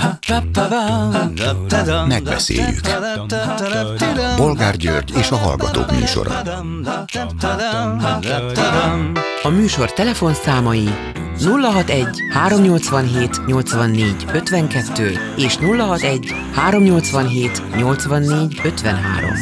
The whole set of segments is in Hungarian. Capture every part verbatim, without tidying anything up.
Megbeszéljük. Bolgár György és a Hallgatók műsora. A műsor telefonszámai nulla hatvanegy háromnyolcvanhét nyolcvannégy ötvenkettő és nulla hatvanegy háromnyolcvanhét nyolcvannégy ötvenhárom.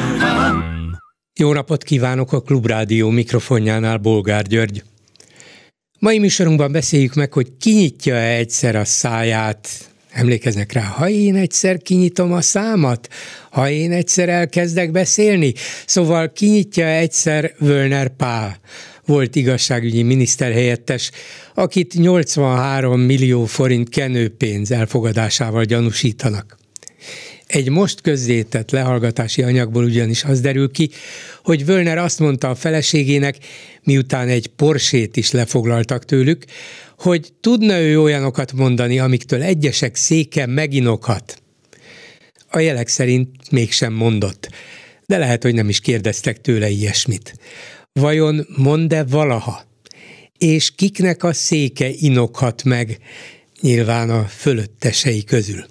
Jó napot kívánok, a Klubrádió mikrofonjánál Bolgár György. Mai műsorunkban beszéljük meg, hogy kinyitja-e egyszer a száját. Emlékeznek rá, ha én egyszer kinyitom a számat, ha én egyszer elkezdek beszélni. Szóval kinyitja egyszer Völner Pál, volt igazságügyi miniszterhelyettes, akit nyolcvanhárom millió forint kenőpénz elfogadásával gyanúsítanak. Egy most közzétett lehallgatási anyagból ugyanis az derül ki, hogy Völner azt mondta a feleségének, miután egy Porsét is lefoglaltak tőlük, hogy tudna ő olyanokat mondani, amiktől egyesek széke meginokhat. A jelek szerint mégsem mondott, de lehet, hogy nem is kérdeztek tőle ilyesmit. Vajon mond-e valaha? És kiknek a széke inokhat meg, nyilván a fölöttesei közül?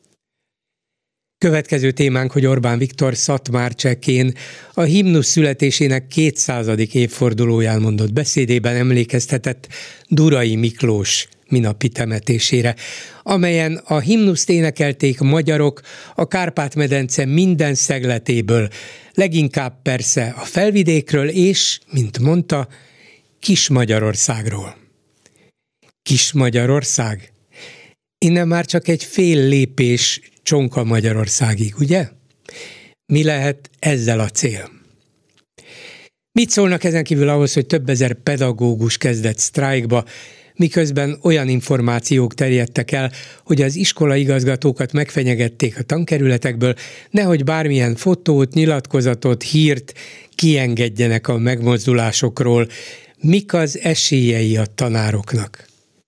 Következő témánk, hogy Orbán Viktor Szatmárcsekén a himnusz születésének kétszázadik évfordulóján mondott beszédében emlékeztetett Durai Miklós minapi temetésére, amelyen a himnuszt énekelték magyarok a Kárpát-medence minden szegletéből, leginkább persze a Felvidékről és, mint mondta, Kis-Magyarországról. Kis-Magyarország? Innen már csak egy fél lépés Csonka Magyarországig, ugye? Mi lehet ezzel a cél? Mit szólnak ezen kívül ahhoz, hogy több ezer pedagógus kezdett sztrájkba, miközben olyan információk terjedtek el, hogy az iskolaigazgatókat megfenyegették a tankerületekből, nehogy bármilyen fotót, nyilatkozatot, hírt kiengedjenek a megmozdulásokról. Mik az esélyei a tanároknak?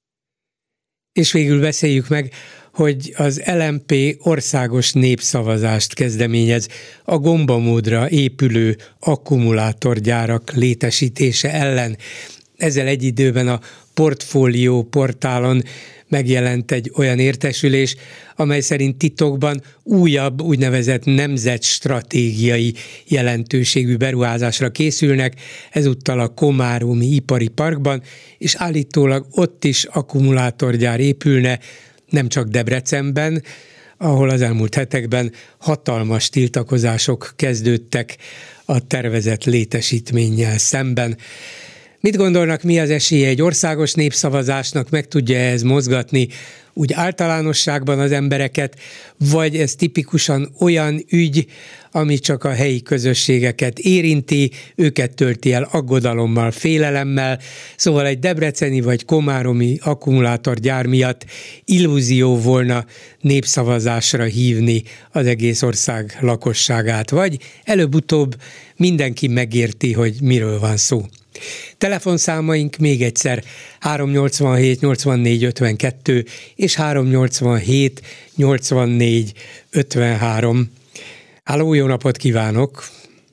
És végül beszéljük meg, hogy az el em pé országos népszavazást kezdeményez a gombamódra épülő akkumulátorgyárak létesítése ellen. Ezzel egy időben a Portfólió portálon megjelent egy olyan értesülés, amely szerint titokban újabb úgynevezett nemzetstratégiai jelentőségű beruházásra készülnek, ezúttal a Komáromi ipari parkban, és állítólag ott is akkumulátorgyár épülne, nem csak Debrecenben, ahol az elmúlt hetekben hatalmas tiltakozások kezdődtek a tervezett létesítménnyel szemben. Mit gondolnak, mi az esélye egy országos népszavazásnak, meg tudja ez mozgatni úgy általánosságban az embereket, vagy ez tipikusan olyan ügy, ami csak a helyi közösségeket érinti, őket tölti el aggodalommal, félelemmel, szóval egy debreceni vagy komáromi akkumulátorgyár miatt illúzió volna népszavazásra hívni az egész ország lakosságát, vagy előbb-utóbb mindenki megérti, hogy miről van szó. Telefonszámaink még egyszer háromnyolcvanhét nyolcvannégy ötvenkettő és háromnyolcvanhét nyolcvannégy ötvenhárom. Halló, jó napot kívánok!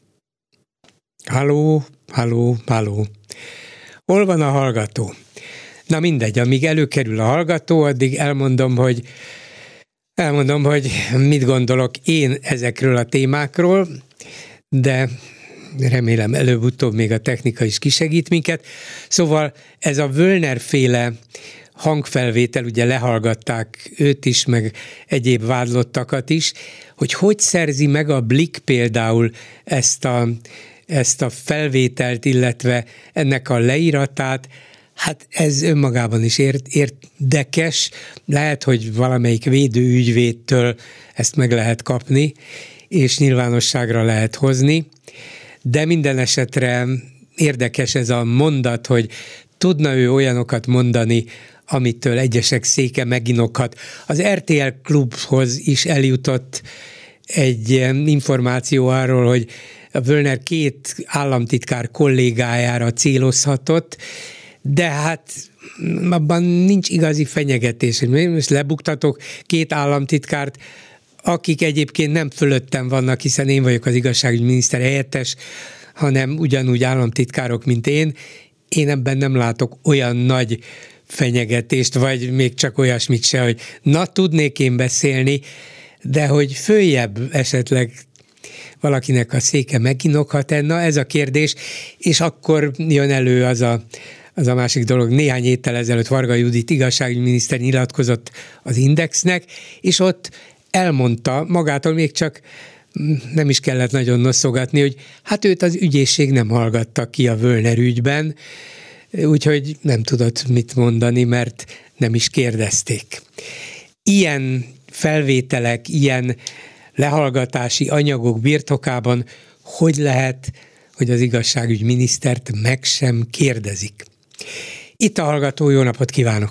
Halló, halló, halló. Hol van a hallgató? Na mindegy, amíg előkerül a hallgató, addig elmondom, hogy elmondom, hogy mit gondolok én ezekről a témákról, de remélem előbb-utóbb még a technika is kisegít minket. Szóval ez a Völner-féle hangfelvétel, ugye lehallgatták őt is, meg egyéb vádlottakat is, hogy hogy szerzi meg a Blick például ezt a, ezt a felvételt, illetve ennek a leíratát. Hát ez önmagában is ért, érdekes, lehet, hogy valamelyik védőügyvédtől ezt meg lehet kapni, és nyilvánosságra lehet hozni, de minden esetre érdekes ez a mondat, hogy tudna ő olyanokat mondani, amitől egyesek széke meginokhat. Az er té el Klubhoz is eljutott egy információ arról, hogy a Völner két államtitkár kollégájára célozhatott, de hát abban nincs igazi fenyegetés, hogy most lebuktatok két államtitkárt, akik egyébként nem fölöttem vannak, hiszen én vagyok az igazságügyi miniszter helyettes, hanem ugyanúgy államtitkárok, mint én. Én ebben nem látok olyan nagy fenyegetést, vagy még csak olyasmit se, hogy na, tudnék én beszélni, de hogy följebb esetleg valakinek a széke meginokhat-e, na ez a kérdés, és akkor jön elő az a, az a másik dolog. Néhány héttel ezelőtt Varga Judit igazságügyminiszter nyilatkozott az Indexnek, és ott elmondta magától, még csak nem is kellett nagyon noszogatni, hogy hát őt az ügyészség nem hallgatta ki a Völner ügyben, úgyhogy nem tudott mit mondani, mert nem is kérdezték. Ilyen felvételek, ilyen lehallgatási anyagok birtokában hogy lehet, hogy az igazságügyminisztert meg sem kérdezik? Itt a hallgató, jó napot kívánok!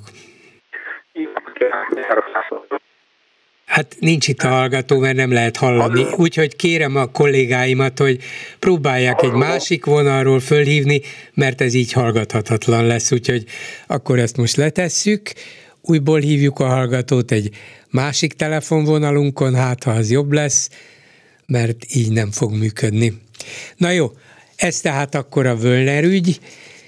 Hát nincs itt a hallgató, mert nem lehet hallani. Úgyhogy kérem a kollégáimat, hogy próbálják egy másik vonalról fölhívni, mert ez így hallgathatatlan lesz. Úgyhogy akkor ezt most letesszük, újból hívjuk a hallgatót egy másik telefonvonalunkon, hát ha az jobb lesz, mert így nem fog működni. Na jó, ez tehát akkor a Völner ügy,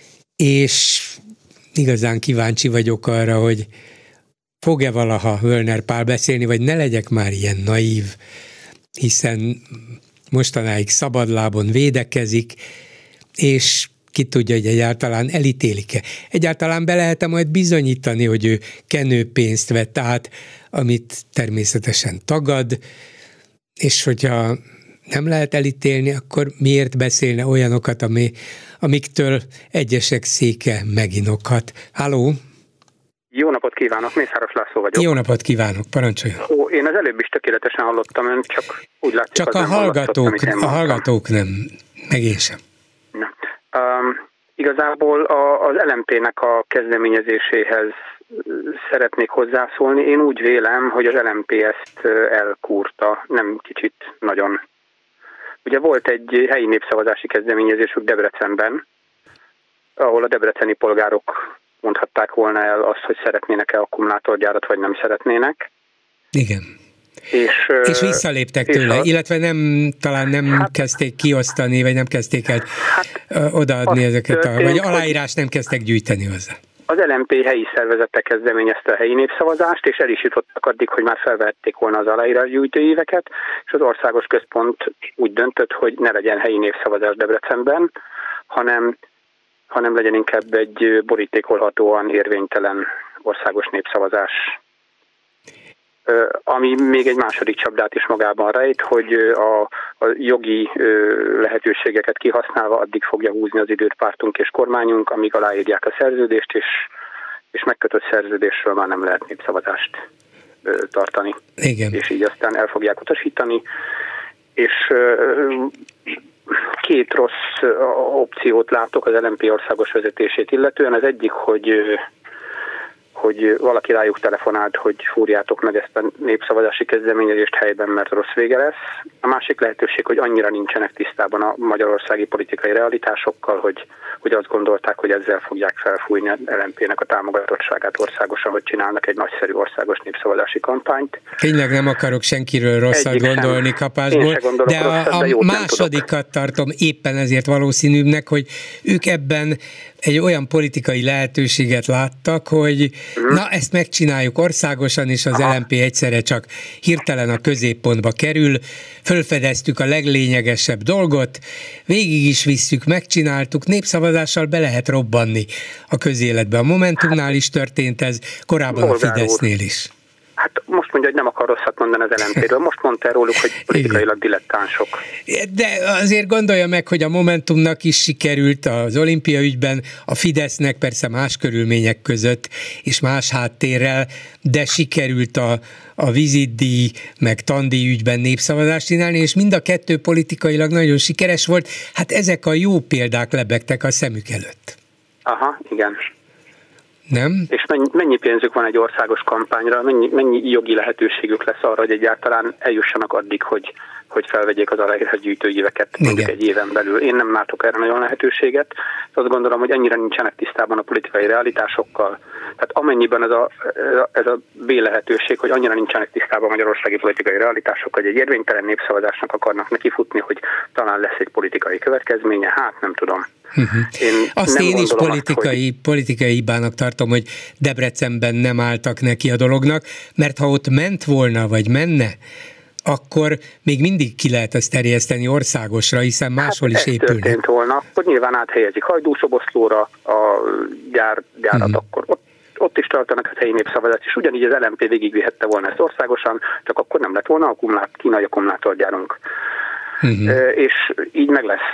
és igazán kíváncsi vagyok arra, hogy fog-e valaha Völner Pál beszélni, vagy ne legyek már ilyen naív, hiszen mostanáig szabadlábon védekezik, és ki tudja, hogy egyáltalán elítélik-e. Egyáltalán be lehet-e majd bizonyítani, hogy ő kenőpénzt vett át, amit természetesen tagad, és hogyha nem lehet elítélni, akkor miért beszélne olyanokat, ami, amiktől egyesek széke meginokhat. Halló? Jó napot kívánok, Mészáros László vagyok. Jó napot kívánok, parancsoljon. Ó, én az előbb is tökéletesen hallottam, ön csak úgy látszik, csak az a nem hallgatók, a hallgatók nem, meg én sem. Na. Um, igazából a, az el em pé-nek a kezdeményezéséhez szeretnék hozzászólni. Én úgy vélem, hogy az el em pé ezt elkúrta, nem kicsit nagyon. Ugye volt egy helyi népszavazási kezdeményezésük Debrecenben, ahol a debreceni polgárok mondhatták volna el azt, hogy szeretnének-e akkumulátorgyárat, vagy nem szeretnének. Igen. És, és visszaléptek és tőle, a... illetve nem, talán nem hát, kezdték kiosztani, vagy nem kezdték el hát, odaadni ezeket, a, vagy aláírás nem kezdtek gyűjteni hozzá. Az el em pé helyi szervezete kezdeményezte a helyi népszavazást, és el is jutottak addig, hogy már felvették volna az aláírásgyűjtő éveket, és az országos központ úgy döntött, hogy ne legyen helyi népszavazás Debrecenben, hanem hanem legyen inkább egy borítékolhatóan érvénytelen országos népszavazás. Ami még egy második csapdát is magában rejt, hogy a, a jogi lehetőségeket kihasználva addig fogja húzni az időt pártunk és kormányunk, amíg aláírják a szerződést, és, és megkötött szerződésről már nem lehet népszavazást tartani. Igen. És így aztán el fogják utasítani. És két rossz opciót látok az el em pé országos vezetését illetően. Az egyik, hogy, hogy valaki rájuk telefonált, hogy fúrjátok meg ezt a népszavazási kezdeményezést helyben, mert rossz vége lesz. A másik lehetőség, hogy annyira nincsenek tisztában a magyarországi politikai realitásokkal, hogy, hogy azt gondolták, hogy ezzel fogják felfújni az el em pé-nek a támogatottságát országosan, hogy csinálnak egy nagyszerű országos népszavazási kampányt. Tényleg nem akarok senkiről rosszat Egyik gondolni sem. kapásból, de a, rosszat, de a másodikat tartom éppen ezért valószínűbbnek, hogy ők ebben egy olyan politikai lehetőséget láttak, hogy hmm. na ezt megcsináljuk országosan, és az Aha. el em pé egyszerre csak hirtelen a középpontba kerül, fölfedeztük a leglényegesebb dolgot, végig is visszük, megcsináltuk, népszavazással be lehet robbanni a közéletbe. A Momentumnál is történt ez, korábban Bolgár a Fidesznél úr. is. Hát most mondja, hogy nem akar rosszat mondani az el em pé-ről. Most mondta róluk, hogy politikailag dilettánsok. De azért gondolja meg, hogy a Momentumnak is sikerült az olimpia ügyben, a Fidesznek persze más körülmények között és más háttérrel, de sikerült a, a vizitdíj meg tandíj ügyben népszavazást csinálni, és mind a kettő politikailag nagyon sikeres volt. Hát ezek a jó példák lebegtek a szemük előtt. Aha, igen. Nem? És mennyi, mennyi pénzük van egy országos kampányra, mennyi, mennyi jogi lehetőségük lesz arra, hogy egyáltalán eljussanak addig, hogy, hogy felvegyék az aláírásgyűjtő éveket mondjuk egy éven belül. Én nem látok erre nagyon lehetőséget. Azt gondolom, hogy annyira nincsenek tisztában a politikai realitásokkal, Tehát amennyiben ez a, ez a B lehetőség, hogy annyira nincsenek tisztában a magyarországi politikai realitások, hogy egy érvénytelen népszavazásnak akarnak nekifutni, hogy talán lesz egy politikai következménye, hát nem tudom. Uh-huh. Én azt én is politikai, azt, hogy... politikai hibának tartom, hogy Debrecenben nem álltak neki a dolognak, mert ha ott ment volna, vagy menne, akkor még mindig ki lehet ezt terjeszteni országosra, hiszen máshol hát is épülnek. Hát történt volna, hogy nyilván áthelyezik Hajdúszoboszlóra a gyár, gyárat, uh-huh. akkor ott, ott is tartanak a helyi népszavazást, és ugyanígy az el em pé végigvihette volna ezt országosan, csak akkor nem lett volna akkumulát, kínai akkumulátorgyárunk. Uh-huh. E, és így meg lesz.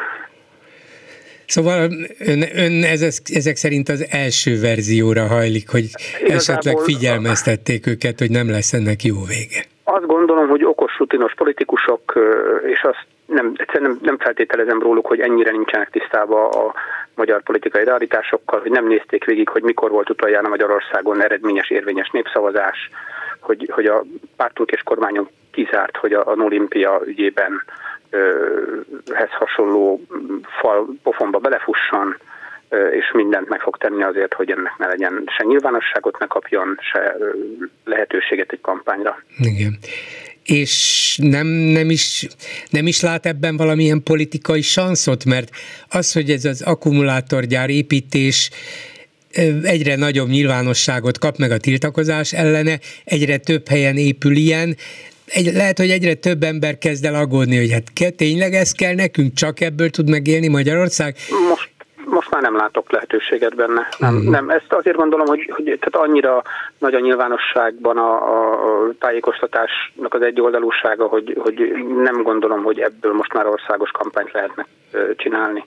Szóval ön, ön ez, ezek szerint az első verzióra hajlik, hogy igazából esetleg figyelmeztették őket, hogy nem lesz ennek jó vége. Azt gondolom, hogy okos, rutinos politikusok, és azt nem, egyszerűen nem, nem feltételezem róluk, hogy ennyire nincsenek tisztában a magyar politikai realitásokkal, hogy nem nézték végig, hogy mikor volt utoljára Magyarországon eredményes, érvényes népszavazás, hogy, hogy a pártunk és kormányon kizárt, hogy a, a Nolimpia ügyében hez hasonló fal pofonba belefusson, és mindent meg fog tenni azért, hogy ennek ne legyen se nyilvánosságot ne kapjon, se lehetőséget egy kampányra. Igen. És nem, nem, is, nem is lát ebben valamilyen politikai sanszot, mert az, hogy ez az akkumulátorgyár építés egyre nagyobb nyilvánosságot kap meg a tiltakozás ellene, egyre több helyen épül ilyen, Egy, lehet, hogy egyre több ember kezd el aggódni, hogy hát tényleg ez kell nekünk, csak ebből tud megélni Magyarország? Most, most már nem látok lehetőséget benne. Nem, uh-huh. nem, ezt azért gondolom, hogy, hogy tehát annyira nagy a nyilvánosságban a, a tájékoztatásnak az egyoldalúsága, hogy, hogy nem gondolom, hogy ebből most már országos kampányt lehetne csinálni.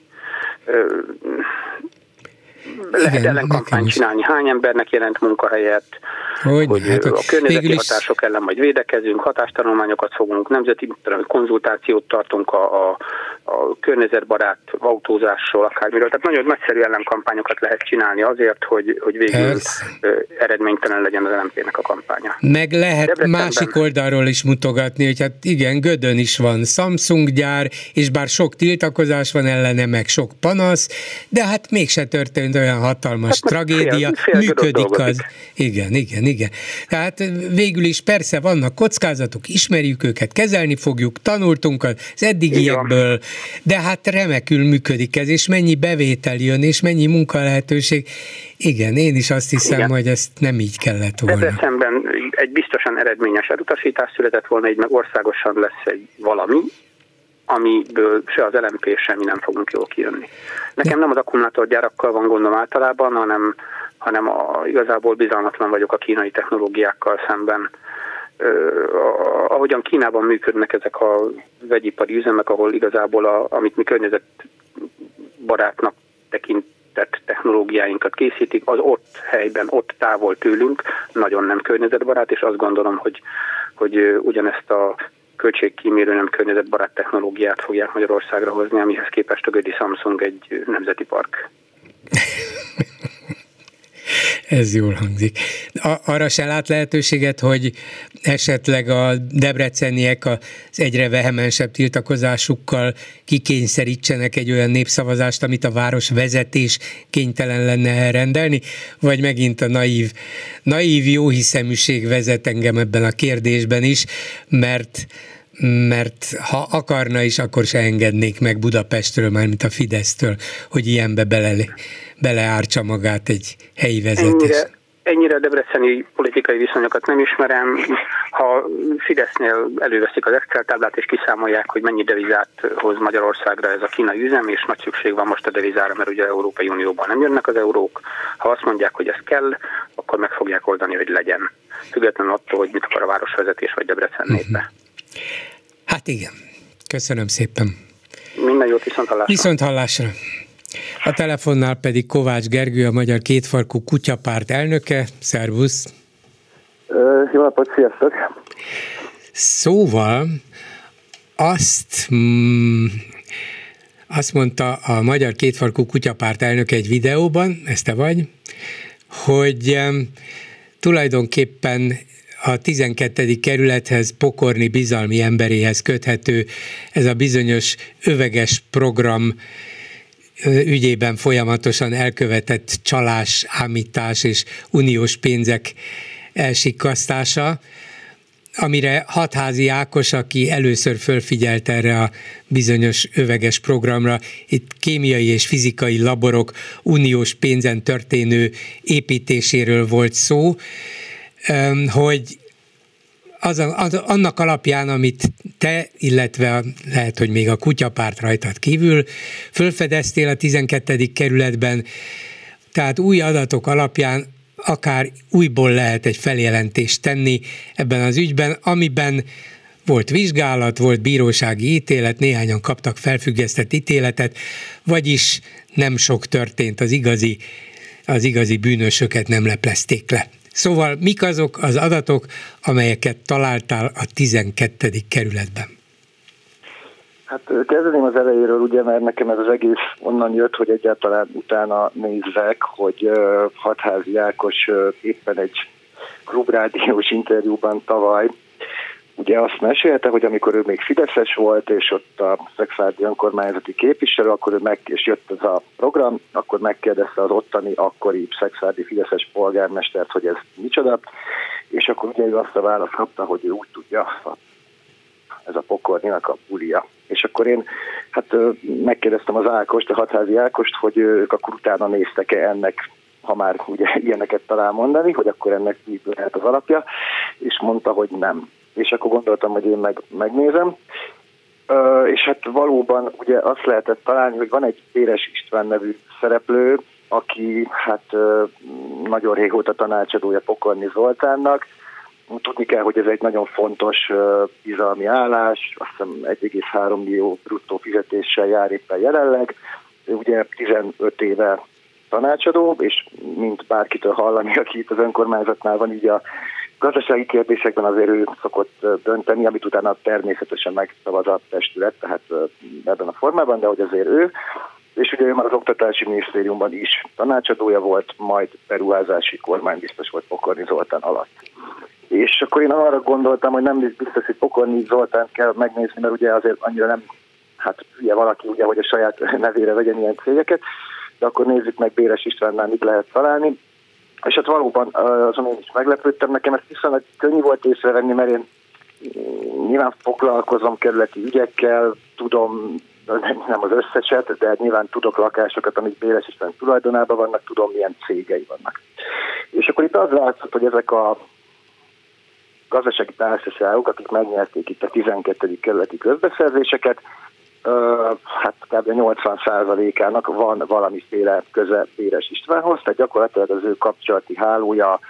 Lehet ellenkampányt csinálni. Hány embernek jelent munkahelyet, hogy, hogy hát, a környezeti hatások ellen majd védekezünk, hatástanulmányokat fogunk, nemzeti konzultációt tartunk a, a, a környezetbarát autózásról, akármiről. Tehát nagyon nagyszerű ellenkampányokat lehet csinálni azért, hogy, hogy végül Persze. eredménytelen legyen az el em pé-nek a kampánya. Meg lehet Debrecenben... másik oldalról is mutogatni, hogy hát igen, Gödön is van Samsung gyár, és bár sok tiltakozás van ellene, meg sok panasz, de hát mégse történt olyan hatalmas hát tragédia, fél, fél működik az. Igen, igen, igen. Tehát végül is persze vannak kockázatok, ismerjük őket, kezelni fogjuk, tanultunk az eddigiekből, de hát remekül működik ez, és mennyi bevétel jön, és mennyi munkalehetőség. Igen, én is azt hiszem, igen. hogy ezt nem így kellett volna. Debrecenben egy biztosan eredményes elutasítás született volna, így meg országosan lesz egy valami, amiből se az el em pé, semmi nem fogunk jól kijönni. Nekem De. nem az akkumulátorgyárakkal van gondom általában, hanem, hanem a, igazából bizalmatlan vagyok a kínai technológiákkal szemben. Uh, ahogyan Kínában működnek ezek a vegyipari üzemek, ahol igazából a, amit mi környezetbarátnak tekintett technológiáinkat készítik, az ott helyben, ott távol tőlünk nagyon nem környezetbarát, és azt gondolom, hogy, hogy ugyanezt a költségkímélő, nem környezetbarát technológiát fogják Magyarországra hozni, amihez képest a gödi Samsung egy nemzeti park. Ez jól hangzik. Arra se lát lehetőséget, hogy esetleg a debreceniek az egyre vehemensebb tiltakozásukkal kikényszerítsenek egy olyan népszavazást, amit a város vezetés kénytelen lenne elrendelni, vagy megint a naív, naív jóhiszeműség vezet engem ebben a kérdésben is, mert mert ha akarna is, akkor se engednék meg Budapestről, mármint a Fidesztől, hogy ilyenbe bele, beleártsa magát egy helyi vezetés. Ennyire, ennyire debreceni politikai viszonyokat nem ismerem. Ha Fidesznél előveszik az Excel táblát és kiszámolják, hogy mennyi devizát hoz Magyarországra ez a kínai üzem, és nagy szükség van most a devizára, mert ugye az Európai Unióban nem jönnek az eurók. Ha azt mondják, hogy ez kell, akkor meg fogják oldani, hogy legyen. Függetlenül attól, hogy mit akar a városvezetés vagy Debrecen népe. Uh-huh. Hát igen. Köszönöm szépen. Minden jót, viszont hallásra. Viszont hallásra. A telefonnál pedig Kovács Gergő, a Magyar Kétfarkú Kutyapárt elnöke. Szervusz. Uh, jó napot, sziasztok. Szóval azt, mm, azt mondta a Magyar Kétfarkú Kutyapárt elnöke egy videóban, ez te vagy, hogy um, tulajdonképpen a tizenkettedik kerülethez, Pokorni bizalmi emberéhez köthető ez a bizonyos öveges program ügyében folyamatosan elkövetett csalás, ámítás és uniós pénzek elsikkasztása, amire Hatházi Ákos, aki először fölfigyelt erre a bizonyos öveges programra, itt kémiai és fizikai laborok uniós pénzen történő építéséről volt szó, hogy az, az, annak alapján, amit te, illetve lehet, hogy még a kutyapárt rajtad kívül fölfedeztél a tizenkettedik kerületben, tehát új adatok alapján akár újból lehet egy feljelentést tenni ebben az ügyben, amiben volt vizsgálat, volt bírósági ítélet, néhányan kaptak felfüggesztett ítéletet, vagyis nem sok történt, az igazi, az igazi bűnösöket nem leplezték le. Szóval mik azok az adatok, amelyeket találtál a tizenkettedik kerületben? Hát kezdeném az elejéről, ugye, mert nekem ez az egész onnan jött, hogy egyáltalán utána nézzek, hogy uh, Hatházi Ákos uh, éppen egy klubrádiós interjúban tavaly ugye azt mesélte, hogy amikor ő még fideszes volt, és ott a szekszárdi önkormányzati képviselő, akkor ő meg, és jött ez a program, akkor megkérdezte az ottani akkori szekszárdi fideszes polgármestert, hogy ez micsoda, és akkor ugye ő azt a választ kapta, hogy ő úgy tudja, ez a Pokorninak a bulia. És akkor én hát megkérdeztem az Ákost, a Hatházi Ákost, hogy ők akkor utána néztek-e ennek, ha már ugye ilyeneket talál mondani, hogy akkor ennek mi lehet az alapja, és mondta, hogy nem. És akkor gondoltam, hogy én meg, megnézem. Ö, és hát valóban ugye azt lehetett találni, hogy van egy Béres István nevű szereplő, aki hát ö, nagyon régóta tanácsadója Pokorni Zoltánnak. Tudni kell, hogy ez egy nagyon fontos uh, bizalmi állás, azt hiszem egy egész három millió bruttó fizetéssel jár éppen jelenleg. Ő ugye tizenöt éve tanácsadó, és mint bárkitől hallani, aki itt az önkormányzatnál van, így a gazdasági kérdésekben azért ő szokott dönteni, amit utána természetesen megszavaz a testület, tehát uh, ebben a formában, de hogy azért ő. És ugye ő már az Oktatási Minisztériumban is tanácsadója volt, majd beruházási kormánybiztos volt Pokorni Zoltán alatt. És akkor én arra gondoltam, hogy nem biztos, hogy Pokorni Zoltánt kell megnézni, mert ugye azért annyira nem, hát ugye valaki, ugye, hogy a saját nevére vegyen ilyen cégeket, de akkor nézzük meg Béres Istvánnál mit lehet találni. És hát valóban azon én is meglepődtem, nekem ezt viszonylag könnyű volt észrevenni, mert én nyilván foglalkozom kerületi ügyekkel, tudom, nem az összeset, de nyilván tudok lakásokat, amik Béres István tulajdonában vannak, tudom, milyen cégei vannak. És akkor itt az látszott, hogy ezek a gazdasági társaságok, akik megnyerték itt a tizenkettedik kerületi közbeszerzéseket, hát kb. nyolcvan százalékának van valamiféle köze Béres Istvánhoz, tehát gyakorlatilag az ő kapcsolati hálója,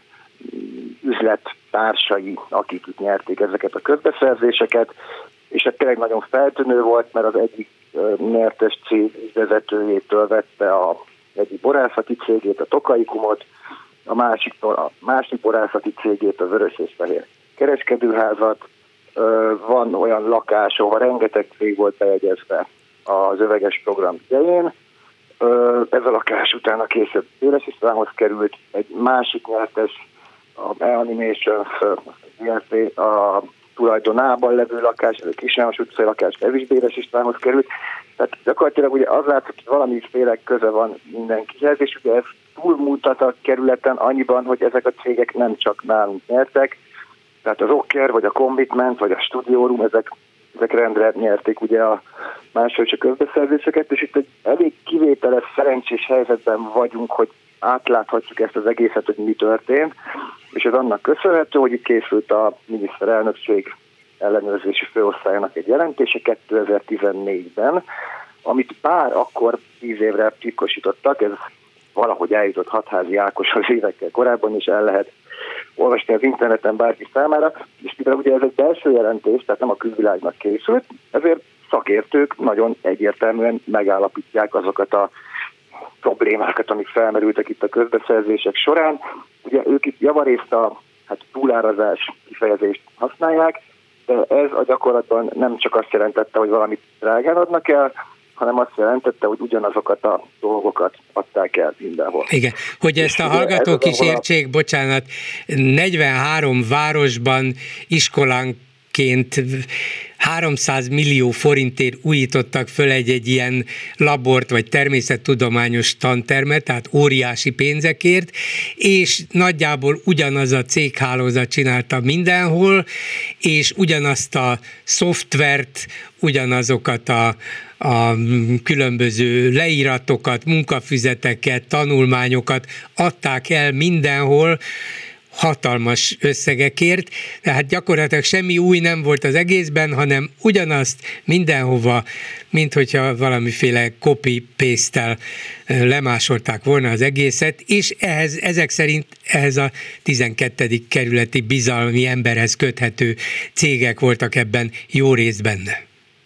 üzlettársai, akik itt nyerték ezeket a közbeszerzéseket, és ez tényleg nagyon feltűnő volt, mert az egyik nyertes cég vezetőjétől vette a egyik borászati cégét, a Tokaikumot, a másik, a másik borászati cégét, a Vörös és Fehér kereskedőházat, van olyan lakás, ahol rengeteg cég volt bejegyezve az öveges program idején. Ez a lakás utána később Béres Istvánhoz került, egy másik nyertes, a E-Animations a tulajdonában levő lakás, ez a Kisnámos utcai lakás, ez is Béres Istvánhoz került. Tehát gyakorlatilag ugye az látszott, hogy valamiféle köze van mindenkihez, és ugye ez túlmutat a kerületen annyiban, hogy ezek a cégek nem csak nálunk nyertek, tehát az Okker, vagy a Commitment, vagy a Studio Room, ezek, ezek rendre nyerték ugye a másodszor közbeszerzéseket, és itt egy elég kivételes, szerencsés helyzetben vagyunk, hogy átláthatjuk ezt az egészet, hogy mi történt, és ez annak köszönhető, hogy itt készült a miniszterelnökség ellenőrzési főosztályának egy jelentése kétezer-tizennégyben, amit bár akkor tíz évre titkosítottak, ez valahogy eljutott Hatházi Ákoshoz évekkel korábban, és el lehet olvasni az interneten bárki számára, és mivel ugye ez egy belső jelentés, tehát nem a külvilágnak készült, ezért szakértők nagyon egyértelműen megállapítják azokat a problémákat, amik felmerültek itt a közbeszerzések során. Ugye ők itt javarészt a hát, túlárazás kifejezést használják, de ez a gyakorlatban nem csak azt jelentette, hogy valamit drágán adnak el, hanem azt jelentette, hogy ugyanazokat a dolgokat adták el mindenhol. Igen, hogy ezt a hallgatók is értsék, bocsánat, negyvenhárom városban, iskolánként egyébként háromszáz millió forintért újítottak föl egy-egy ilyen labort, vagy természettudományos tantermet, tehát óriási pénzekért, és nagyjából ugyanaz a céghálózat csinálta mindenhol, és ugyanazt a szoftvert, ugyanazokat a, a különböző leíratokat, munkafüzeteket, tanulmányokat adták el mindenhol, hatalmas összegekért, tehát gyakorlatilag semmi új nem volt az egészben, hanem ugyanazt mindenhova, mint hogyha valamiféle copy-paste-tel lemásolták volna az egészet, és ehhez, ezek szerint ehhez a tizenkettedik kerületi bizalmi emberhez köthető cégek voltak ebben jó részt benne.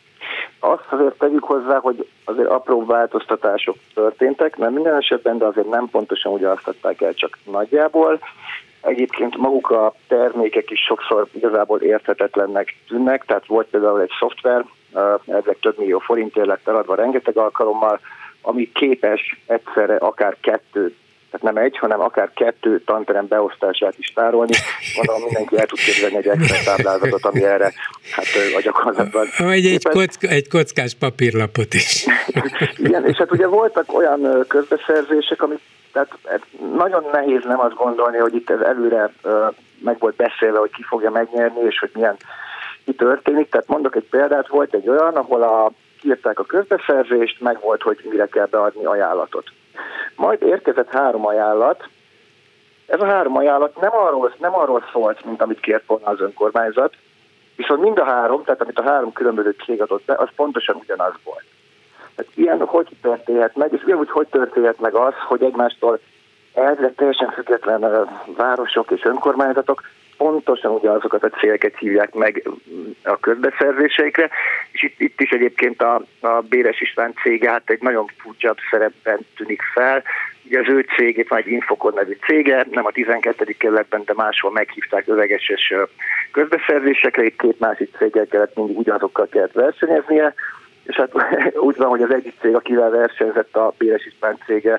Azt azért tegyük hozzá, hogy azért apró változtatások történtek, nem minden esetben, de azért nem pontosan ugyanazt adták el, csak nagyjából. Egyébként maguk a termékek is sokszor igazából érthetetlennek tűnnek, tehát volt például egy szoftver, ezek több millió forintért lett eladva rengeteg alkalommal, ami képes egyszerre akár kettő, tehát nem egy, hanem akár kettő tanterem beosztását is tárolni. Gondolom mindenki el tud képzelni egy Excel táblázatot, ami erre hát a gyakorlatban. Vagy egy, kocka, egy kockás papírlapot is. Igen, és hát ugye voltak olyan közbeszerzések, amik tehát nagyon nehéz nem azt gondolni, hogy itt ez előre meg volt beszélve, hogy ki fogja megnyerni, és hogy milyen ki történik. Tehát mondok egy példát, volt egy olyan, ahol a, kiírták a közbeszerzést, meg volt, hogy mire kell beadni ajánlatot. Majd érkezett három ajánlat. Ez a három ajánlat nem arról, nem arról szólt, mint amit kért volna az önkormányzat, viszont mind a három, tehát amit a három különböző cég adott be, az pontosan ugyanaz volt. Tehát ilyen hogy történhet meg, és ugyanúgy hogy történhet meg az, hogy egymástól elvileg teljesen független városok és önkormányzatok pontosan ugyanazokat a céleket hívják meg a közbeszerzéseikre, és itt, itt is egyébként a, a Béres István cég hát egy nagyon furcsa szerepben tűnik fel. Ugye az ő cégét van egy Infokon nevű cége, nem a tizenkettedik kerületben, de máshol meghívták övegeses közbeszerzésekre, itt két másik céggel kellett mindig ugyanazokkal kellett versenyeznie, és hát úgy van, hogy az egyik cég, akivel versenyzett a Béres István cége,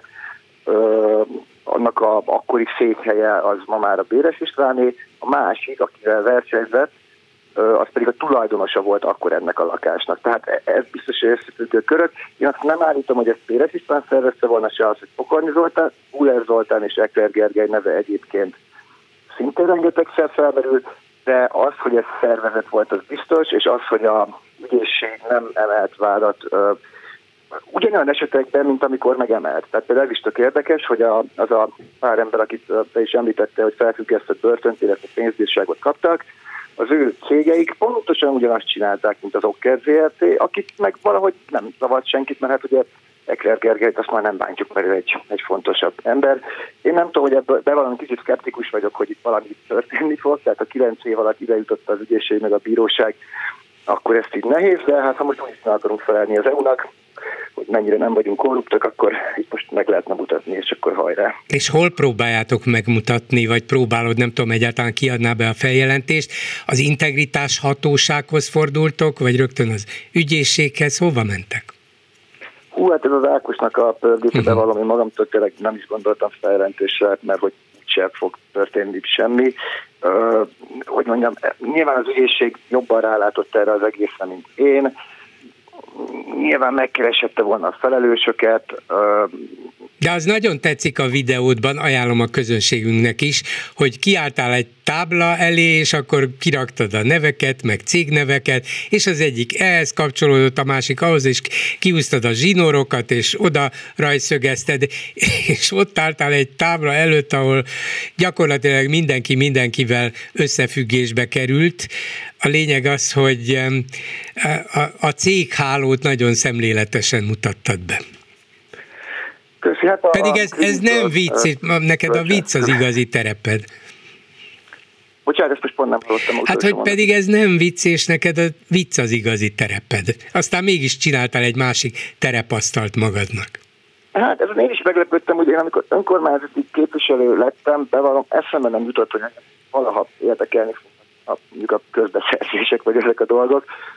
ö, annak a akkori székhelye az ma már a Béres Istváné, a másik, akivel versenyzett, ö, az pedig a tulajdonosa volt akkor ennek a lakásnak. Tehát ez biztos, hogy összefüggő körök. Én azt nem állítom, hogy ezt Béres István szervezte volna, se az, hogy Pokorni Zoltán, Guler Zoltán és Ekler Gergely neve egyébként szintén rengetegszer felmerült, de az, hogy ez szervezet volt, az biztos, és az, hogy a ügyészség nem emelt vádat ö, ugyanolyan esetekben, mint amikor megemelt. Tehát például ez is tök érdekes, hogy a, az a pár ember, akit te is említette, hogy felfüggesztett börtönt, illetve pénzbírságot kaptak, az ő cégeik pontosan ugyanazt csinálták, mint az Okker zé er té, akik meg valahogy nem zavart senkit, mert hát ugye Ekler Gergelyt azt már nem bántjuk, mert ő egy, egy fontosabb ember. Én nem tudom, hogy ebből bevallom, kicsit szkeptikus vagyok, hogy itt valami történni fog, tehát a kilenc év alatt ide jutott az ügyészség meg a bíróság, akkor ezt így nehéz, de hát ha most úgy is akarunk felelni az é u-nak, hogy mennyire nem vagyunk korruptak, akkor itt most meg lehetne mutatni, és akkor hajrá. És hol próbáljátok megmutatni, vagy próbálod, nem tudom, egyáltalán kiadná be a feljelentést? Az integritás hatósághoz fordultok, vagy rögtön az ügyészséghez? Hova mentek? Hú, hát ez az Ákosnak a pörgése, de valami magamtól tényleg nem is gondoltam feljelentésre, mert hogy úgysem fog történni semmi. Uh, hogy mondjam, nyilván az ügyészség jobban rálátott erre az egészre, mint én. Nyilván megkeresette volna a felelősöket. Uh, De az nagyon tetszik a videódban, ajánlom a közönségünknek is, hogy kiálltál egy tábla elé, és akkor kiraktad a neveket, meg cégneveket, és az egyik ehhez kapcsolódott, a másik ahhoz, és kiúztad a zsinórokat, és oda rajszögezted, és ott álltál egy tábla előtt, ahol gyakorlatilag mindenki mindenkivel összefüggésbe került. A lényeg az, hogy a, a céghálót nagyon szemléletesen mutattad be. Köszi, hát a, Pedig ez, ez nem vicc, neked a vicc az igazi tereped. Bocsánat, ezt most pont nem hallottam. Hát, hogy pedig ez nem vicc, és neked a vicc az igazi tereped. Aztán mégis csináltál egy másik terepasztalt magadnak. Hát ezen én is meglepődtem, hogy én amikor önkormányzati képviselő lettem, bevallom, eszembe nem jutott, hogy valaha érdekelni a, mondjuk a közbeszerzések, vagy ezek a dolgok.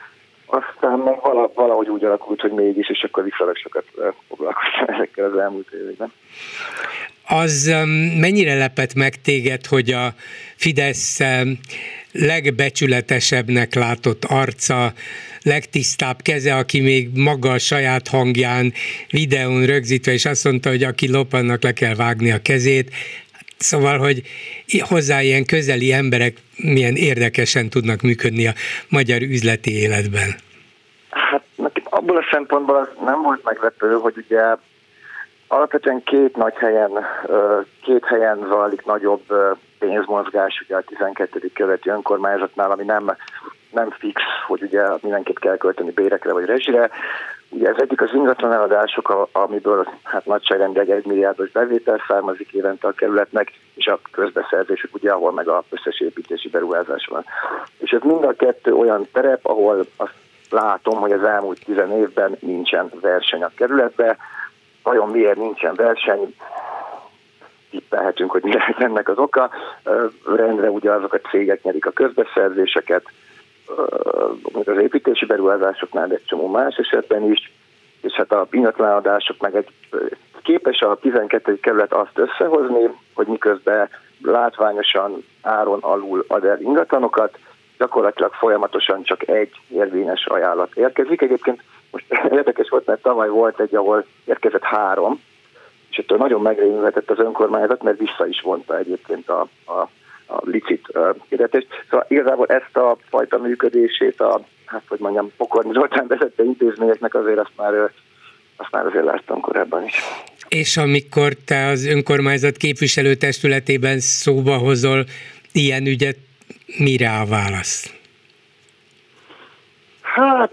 aztán meg valahogy úgy alakult, hogy mégis, és akkor viszonylag sokat foglalkoztam ezekkel az elmúlt években. Az mennyire lepett meg téged, hogy a Fidesz legbecsületesebbnek látott arca, legtisztább keze, aki még maga a saját hangján videón rögzítve, és azt mondta, hogy aki lop, annak le kell vágni a kezét. Szóval, hogy hozzá ilyen közeli emberek milyen érdekesen tudnak működni a magyar üzleti életben. Hát abból a szempontból az nem volt meglepő, hogy ugye alapvetően két nagy helyen, két helyen zajlik nagyobb pénzmozgás, ugye a tizenkettedik kerületi önkormányzatnál, ami nem, nem fix, hogy ugye mindenkit kell költeni bérekre vagy rezsire. Ugye ez egyik az ingatlan eladások, amiből hát nagyságrendileg egy milliárdos bevétel származik évente a kerületnek, és a közbeszerzésük, ugye, ahol meg a összes építési beruházás van. És ez mind a kettő olyan terep, ahol azt látom, hogy az elmúlt tizen évben nincsen verseny a kerületben. Vajon miért nincsen verseny? Tippelhetünk, hogy mi lehet ennek az oka. Rendre ugye azok a cégek nyerik a közbeszerzéseket, az építési beruházásoknál, de egy csomó más esetben is, és hát a ingatlanadások meg egy képes a tizenkettedik kerület azt összehozni, hogy miközben látványosan áron alul ad el ingatlanokat, gyakorlatilag folyamatosan csak egy érvényes ajánlat érkezik. Egyébként most érdekes volt, mert tavaly volt egy, ahol érkezett három, és ettől nagyon megrémülhetett az önkormányzat, mert vissza is vonta egyébként a, a a licit hirdetést. Szóval igazából ezt a fajta működését a, hát hogy mondjam, Pokorni Zoltán vezette intézményeknek azért azt már, azt már azért láttam korábban is. És amikor te az önkormányzat képviselőtestületében szóba hozol ilyen ügyet, mire a válasz? Hát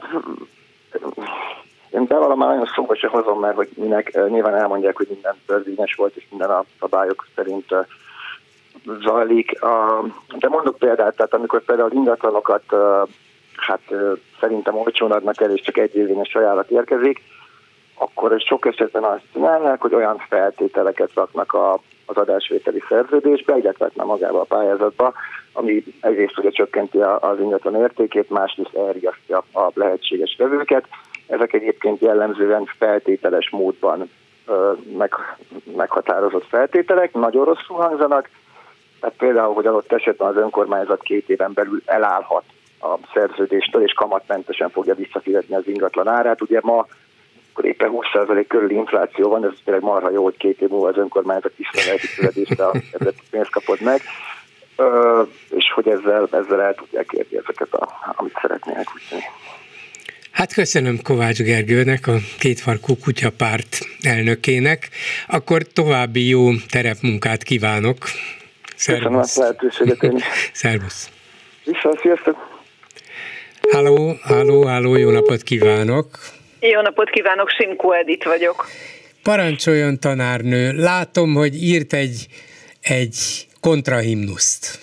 én bevallom, már nagyon szóba se hozom, mert hogy minek, nyilván elmondják, hogy minden törvényes volt, és minden a szabályok szerint zajlik. De mondok példát, tehát amikor például ingatlanokat hát szerintem olcsón adnak el, és csak egy érvényes ajánlat érkezik, akkor sok esetben azt csinálják, hogy olyan feltételeket raknak a, az adásvételi szerződésbe, illetve nem magába a pályázatba, ami egyrészt ugye csökkenti az ingatlan értékét, másrészt elriasztja a lehetséges vevőket. Ezek egyébként jellemzően feltételes módban meg, meghatározott feltételek, nagyon rosszul hangzanak. Tehát például, hogy adott esetben az önkormányzat két éven belül elállhat a szerződéstől, és kamatmentesen fogja visszafizetni az ingatlan árát. Ugye ma akkor éppen húsz százalék körüli infláció van, ez tényleg marha jó, hogy két év múlva az önkormányzat visszaveheti fizetést, a pénzt kapod meg, Ö, és hogy ezzel, ezzel el tudják érni ezeket, a, amit szeretnének úgy. Hát köszönöm Kovács Gergőnek, a Kétfarkú Kutyapárt elnökének. Akkor további jó terepmunkát kívánok. Köszönöm a lehetőséget én is. Szervusz. Vissza, sziasztok. Halló, halló, halló, jó napot kívánok. Jó napot kívánok, Simko Edith vagyok. Parancsoljon, tanárnő. Látom, hogy írt egy, egy kontrahimnuszt.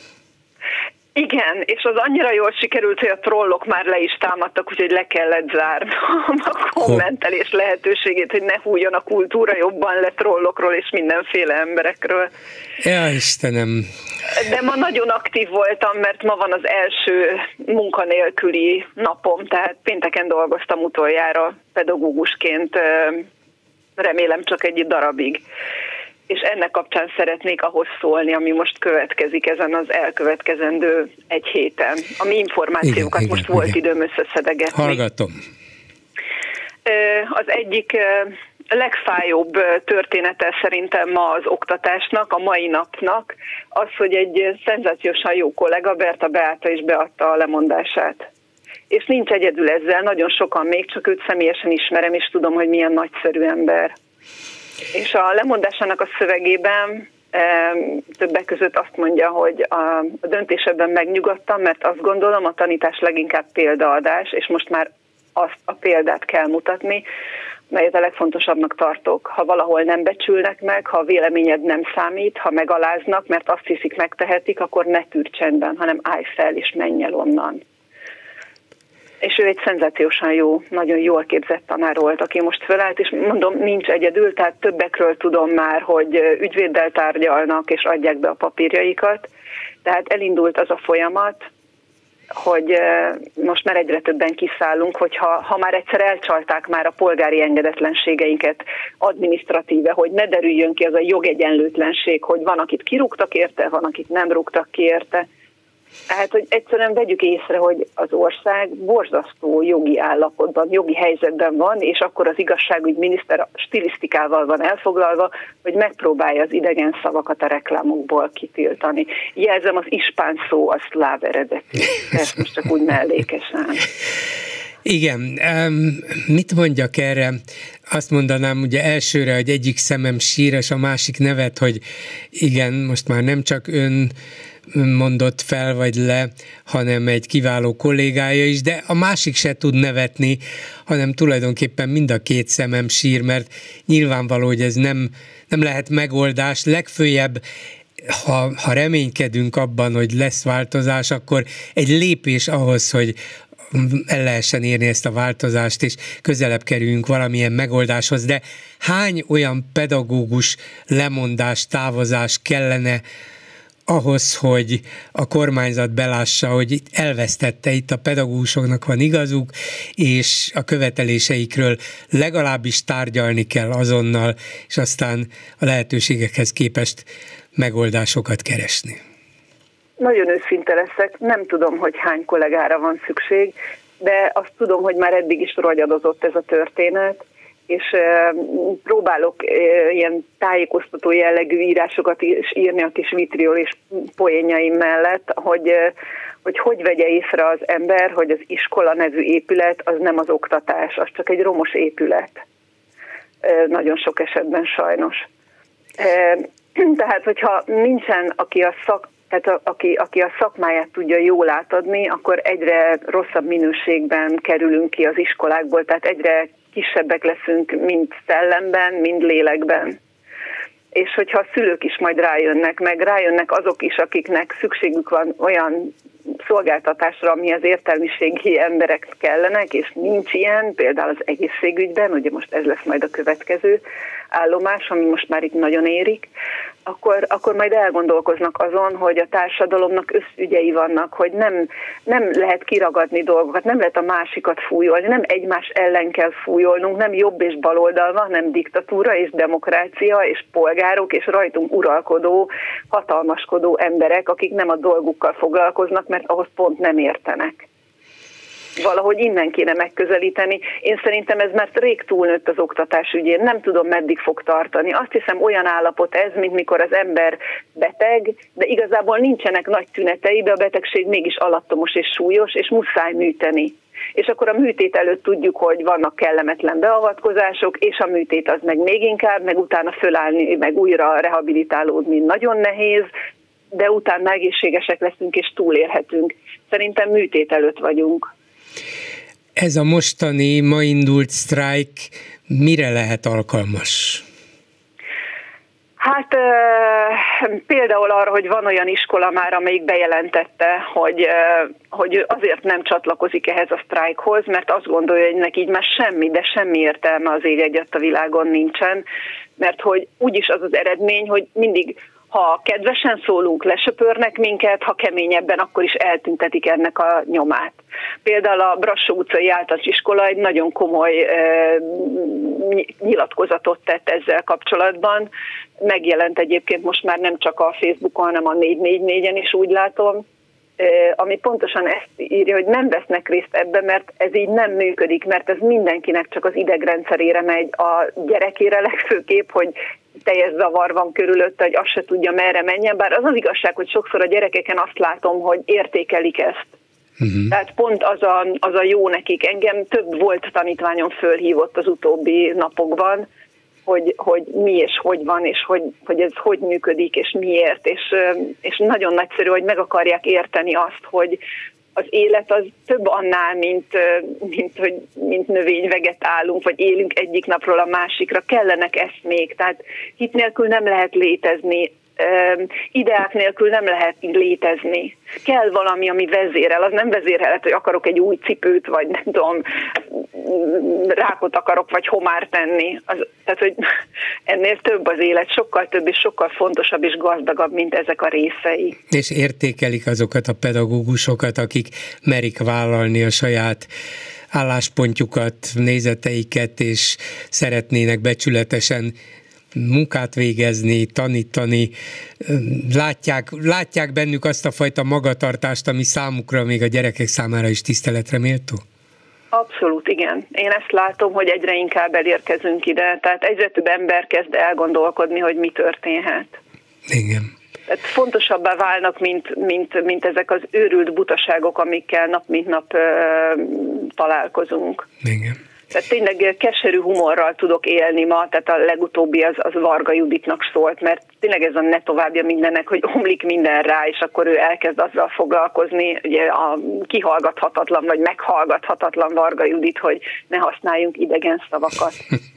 Igen, és az annyira jól sikerült, hogy a trollok már le is támadtak, úgyhogy le kellett zárnom a kommentelés lehetőségét, hogy ne hújjon a kultúra jobban le trollokról és mindenféle emberekről. Ja, Istenem! De ma nagyon aktív voltam, mert ma van az első munkanélküli napom, tehát pénteken dolgoztam utoljára pedagógusként, remélem csak egy darabig. És ennek kapcsán szeretnék ahhoz szólni, ami most következik ezen az elkövetkezendő egy héten. A mi információkat igen, most igen, volt igen. időm összeszedegetni. Hallgatom. Az egyik legfájóbb története szerintem ma az oktatásnak, a mai napnak, az, hogy egy szenzációsan jó kollega, Berta Beáta is beadta a lemondását. És nincs egyedül ezzel, nagyon sokan még, csak őt személyesen ismerem, és tudom, hogy milyen nagyszerű ember. És a lemondásának a szövegében e, többek között azt mondja, hogy a, a döntésebben megnyugodtam, mert azt gondolom, a tanítás leginkább példaadás, és most már azt a példát kell mutatni, melyet a legfontosabbnak tartok. Ha valahol nem becsülnek meg, ha a véleményed nem számít, ha megaláznak, mert azt hiszik megtehetik, akkor ne tűrj csendben, hanem állj fel és menj el onnan. És ő egy szenzációsan jó, nagyon jól képzett tanár volt, aki most fölállt, és mondom, nincs egyedül, tehát többekről tudom már, hogy ügyvéddel tárgyalnak, és adják be a papírjaikat. Tehát elindult az a folyamat, hogy most már egyre többen kiszállunk, hogyha ha már egyszer elcsalták már a polgári engedetlenségeinket adminisztratíve, hogy ne derüljön ki az a jogegyenlőtlenség, hogy van, akit kirúgtak érte, van, akit nem rúgtak ki érte. Tehát, hogy egyszerűen vegyük észre, hogy az ország borzasztó jogi állapotban, jogi helyzetben van, és akkor az igazságügyminiszter stilisztikával van elfoglalva, hogy megpróbálja az idegen szavakat a reklámokból kitiltani. Jelzem, az ispán szó a szláv eredetű. Ezt most csak úgy mellékesen. Igen, mit mondjak erre? Azt mondanám ugye elsőre, hogy egyik szemem sír, és a másik nevet, hogy igen, most már nem csak ön mondott fel vagy le, hanem egy kiváló kollégája is, de a másik se tud nevetni, hanem tulajdonképpen mind a két szemem sír, mert nyilvánvaló, hogy ez nem, nem lehet megoldás. Legfőjebb, ha, ha reménykedünk abban, hogy lesz változás, akkor egy lépés ahhoz, hogy el lehessen érni ezt a változást, és közelebb kerüljünk valamilyen megoldáshoz, de hány olyan pedagógus lemondás, távozás kellene ahhoz, hogy a kormányzat belássa, hogy itt elvesztette, itt a pedagógusoknak van igazuk, és a követeléseikről legalábbis tárgyalni kell azonnal, és aztán a lehetőségekhez képest megoldásokat keresni. Nagyon őszinte leszek, nem tudom, hogy hány kollégára van szükség, de azt tudom, hogy már eddig is ragyadozott ez a történet, és próbálok ilyen tájékoztató jellegű írásokat is írni a kis vitriol és poénjaim mellett, hogy, hogy hogy vegye észre az ember, hogy az iskola nevű épület az nem az oktatás, az csak egy romos épület. Nagyon sok esetben sajnos. Tehát, hogyha nincsen, aki a szak Tehát a, aki, aki a szakmáját tudja jól átadni, akkor egyre rosszabb minőségben kerülünk ki az iskolákból, tehát egyre kisebbek leszünk mind szellemben, mind lélekben. És hogyha a szülők is majd rájönnek, meg rájönnek azok is, akiknek szükségük van olyan szolgáltatásra, ami az értelmiségi emberek kellenek, és nincs ilyen, például az egészségügyben, ugye most ez lesz majd a következő állomás, ami most már itt nagyon érik, akkor, akkor majd elgondolkoznak azon, hogy a társadalomnak összügyei vannak, hogy nem, nem lehet kiragadni dolgokat, nem lehet a másikat fújolni, nem egymás ellen kell fújolnunk, nem jobb és baloldal van, hanem diktatúra és demokrácia és polgárok és rajtunk uralkodó, hatalmaskodó emberek, akik nem a dolgukkal foglalkoznak, mert ahhoz pont nem értenek. Valahogy innen kéne megközelíteni. Én szerintem ez már rég túlnőtt az oktatás ügyén. Nem tudom, meddig fog tartani. Azt hiszem, olyan állapot ez, mint mikor az ember beteg, de igazából nincsenek nagy tünetei, de a betegség mégis alattomos és súlyos, és muszáj műteni. És akkor a műtét előtt tudjuk, hogy vannak kellemetlen beavatkozások, és a műtét az meg még inkább, meg utána fölállni, meg újra rehabilitálódni nagyon nehéz, de utána egészségesek leszünk, és túlélhetünk. Szerintem műtét előtt vagyunk. Ez a mostani, ma indult sztrájk mire lehet alkalmas? Hát e, például arra, hogy van olyan iskola már, amelyik bejelentette, hogy, e, hogy azért nem csatlakozik ehhez a sztrájkhoz, mert azt gondolja, hogy neki így már semmi, de semmi értelme az ég egyet a világon nincsen, mert hogy úgyis az az eredmény, hogy mindig ha kedvesen szólunk, lesöpörnek minket, ha keményebben, akkor is eltüntetik ennek a nyomát. Például a Brassó utcai általános iskola egy nagyon komoly e, nyilatkozatot tett ezzel kapcsolatban. Megjelent egyébként most már nem csak a Facebookon, hanem a négy négy négyen is, úgy látom, e, ami pontosan ezt írja, hogy nem vesznek részt ebbe, mert ez így nem működik, mert ez mindenkinek csak az idegrendszerére megy, a gyerekére legfőképp, hogy teljes zavar van körülötte, hogy azt se tudja, merre menjen, bár az az igazság, hogy sokszor a gyerekeken azt látom, hogy értékelik ezt. Uh-huh. Tehát pont az a, az a jó nekik. Engem több volt tanítványom fölhívott az utóbbi napokban, hogy, hogy mi és hogy van, és hogy, hogy ez hogy működik, és miért, és, és nagyon nagyszerű, hogy meg akarják érteni azt, hogy az élet az több annál, mint, mint, hogy, mint növény, vegetálunk, vagy élünk egyik napról a másikra, kellenek eszmék, tehát hit nélkül nem lehet létezni, ideák nélkül nem lehet létezni. Kell valami, ami vezérel, az nem vezérelhet, hogy akarok egy új cipőt, vagy nem tudom, rákot akarok, vagy homárt tenni. Az, tehát, hogy ennél több az élet, sokkal több és sokkal fontosabb és gazdagabb, mint ezek a részei. És értékelik azokat a pedagógusokat, akik merik vállalni a saját álláspontjukat, nézeteiket, és szeretnének becsületesen munkát végezni, tanítani, látják, látják bennük azt a fajta magatartást, ami számukra, még a gyerekek számára is tiszteletre méltó? Abszolút, igen. Én ezt látom, hogy egyre inkább elérkezünk ide, tehát egyre több ember kezd elgondolkodni, hogy mi történhet. Igen. Tehát fontosabbá válnak, mint, mint, mint ezek az őrült butaságok, amikkel nap mint nap uh, találkozunk. Igen. Tehát tényleg keserű humorral tudok élni ma, tehát a legutóbbi az, az Varga Juditnak szólt, mert tényleg ez a ne továbbja mindennek, hogy omlik minden rá, és akkor ő elkezd azzal foglalkozni, ugye a kihallgathatatlan vagy meghallgathatatlan Varga Judit, hogy ne használjunk idegen szavakat.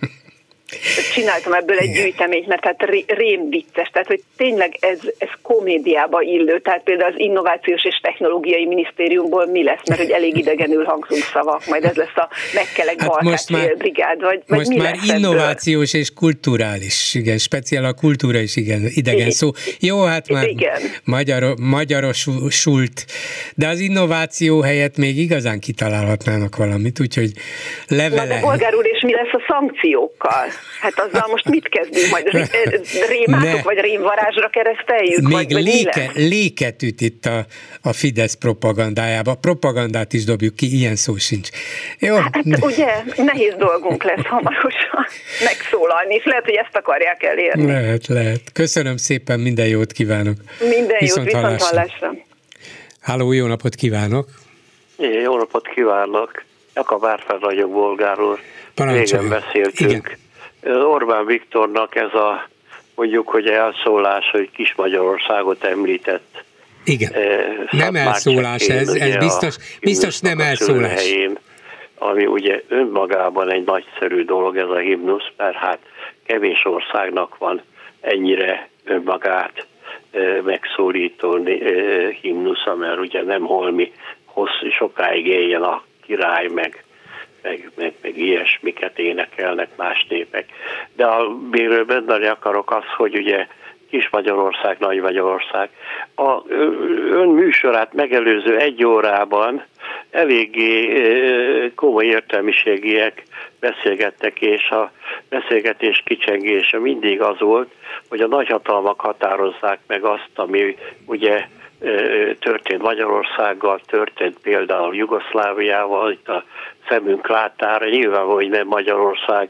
Csináltam ebből egy gyűjteményt, mert tehát ré, rém vicces, tehát hogy tényleg ez, ez komédiába illő, tehát például az Innovációs és Technológiai Minisztériumból mi lesz, mert hogy elég idegenül hangzunk szavak, majd ez lesz a Megkelek hát Balkács brigád, vagy, vagy most mi már lesz innovációs ebből? És kulturális, igen, speciál a kultúra is igen, idegen szó. Jó, hát már magyar, magyarosult, de az innováció helyett még igazán kitalálhatnának valamit, úgyhogy levele. Na de Bolgár úr, és mi lesz a szankciókkal? Hát azzal most mit kezdünk? Majd rémátok, vagy rémvarázsra kereszteljük? Még vagy, vagy léke, léket üt itt a, a Fidesz propagandájába. Propagandát is dobjuk ki, ilyen szó sincs. Jó. Hát ugye, nehéz dolgunk lesz hamarosan megszólalni, és lehet, hogy ezt akarják elérni. Lehet, lehet. Köszönöm szépen, minden jót kívánok. Minden viszont jót, viszont hallásra. Háló, jó napot kívánok. É, jó napot kívánok. Jakab Árpád vagyok, Bolgár úr. Régen beszéltünk. Igen. Orbán Viktornak ez a, mondjuk, hogy elszólás, hogy Kis-Magyarországot említett. Igen, nem elszólás ez, ez biztos, biztos nem elszólás. Helyén, ami ugye önmagában egy nagyszerű dolog ez a himnusz, mert hát kevés országnak van ennyire önmagát megszólító himnusza, mert ugye nem holmi, hosszú, sokáig éljen a király, meg Meg, meg, meg ilyesmiket énekelnek más népek. De amiről benne akarok az, hogy ugye Kis-Magyarország, Nagy-Magyarország. A ön műsorát megelőző egy órában eléggé komoly értelmiségiek beszélgettek, és a beszélgetés kicsengése mindig az volt, hogy a nagyhatalmak határozzák meg azt, ami ugye történt Magyarországgal, történt például Jugoszláviával, itt a szemünk látára, nyilván, hogy nem Magyarország,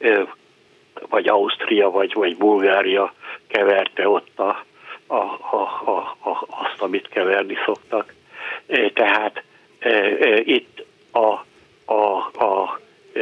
vagy Ausztria, vagy, vagy Bulgária keverte ott a, a, a, a, a, azt, amit keverni szoktak. Tehát itt a, a, a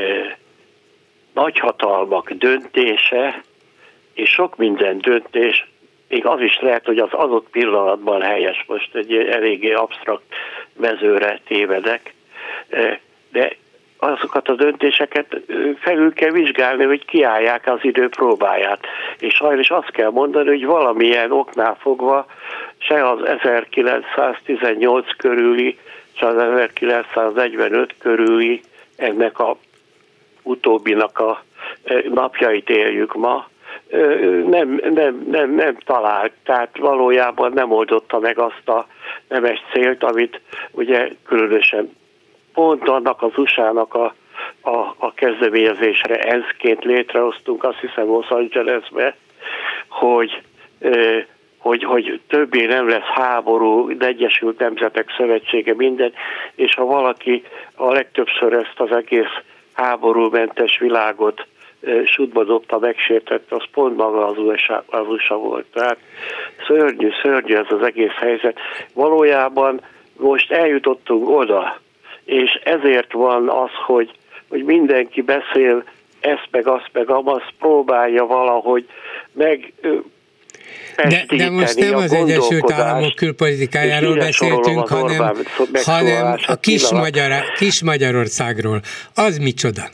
nagyhatalmak döntése, és sok minden döntés, még az is lehet, hogy az adott pillanatban helyes, most egy eléggé absztrakt mezőre tévedek, de azokat a döntéseket felül kell vizsgálni, hogy kiállják az idő próbáját. És sajnos azt kell mondani, hogy valamilyen oknál fogva se az ezerkilencszáztizennyolc körüli, se az ezerkilencszáznegyvenöt körüli ennek a utóbbinak a napjait éljük ma, nem, nem, nem, nem talált, tehát valójában nem oldotta meg azt a nemes célt, amit ugye különösen pont annak az u es á-nak a, a, a kezdeményezésre ENSZ-ként létrehoztunk, azt hiszem Los Angelesbe, hogy, hogy, hogy többé nem lesz háború, Egyesült Nemzetek Szövetsége, minden, és ha valaki a legtöbbször ezt az egész háborúmentes világot sútba dobta, megsértette, az pont maga az u es á, az u es á volt. Tehát szörnyű, szörnyű ez az egész helyzet. Valójában most eljutottunk oda, és ezért van az, hogy, hogy mindenki beszél ezt meg azt meg azt, próbálja valahogy meg de, de most nem az Egyesült Államok külpolitikájáról beszéltünk, hanem, hanem a kis, Magyar, kis Magyarországról. Az micsoda?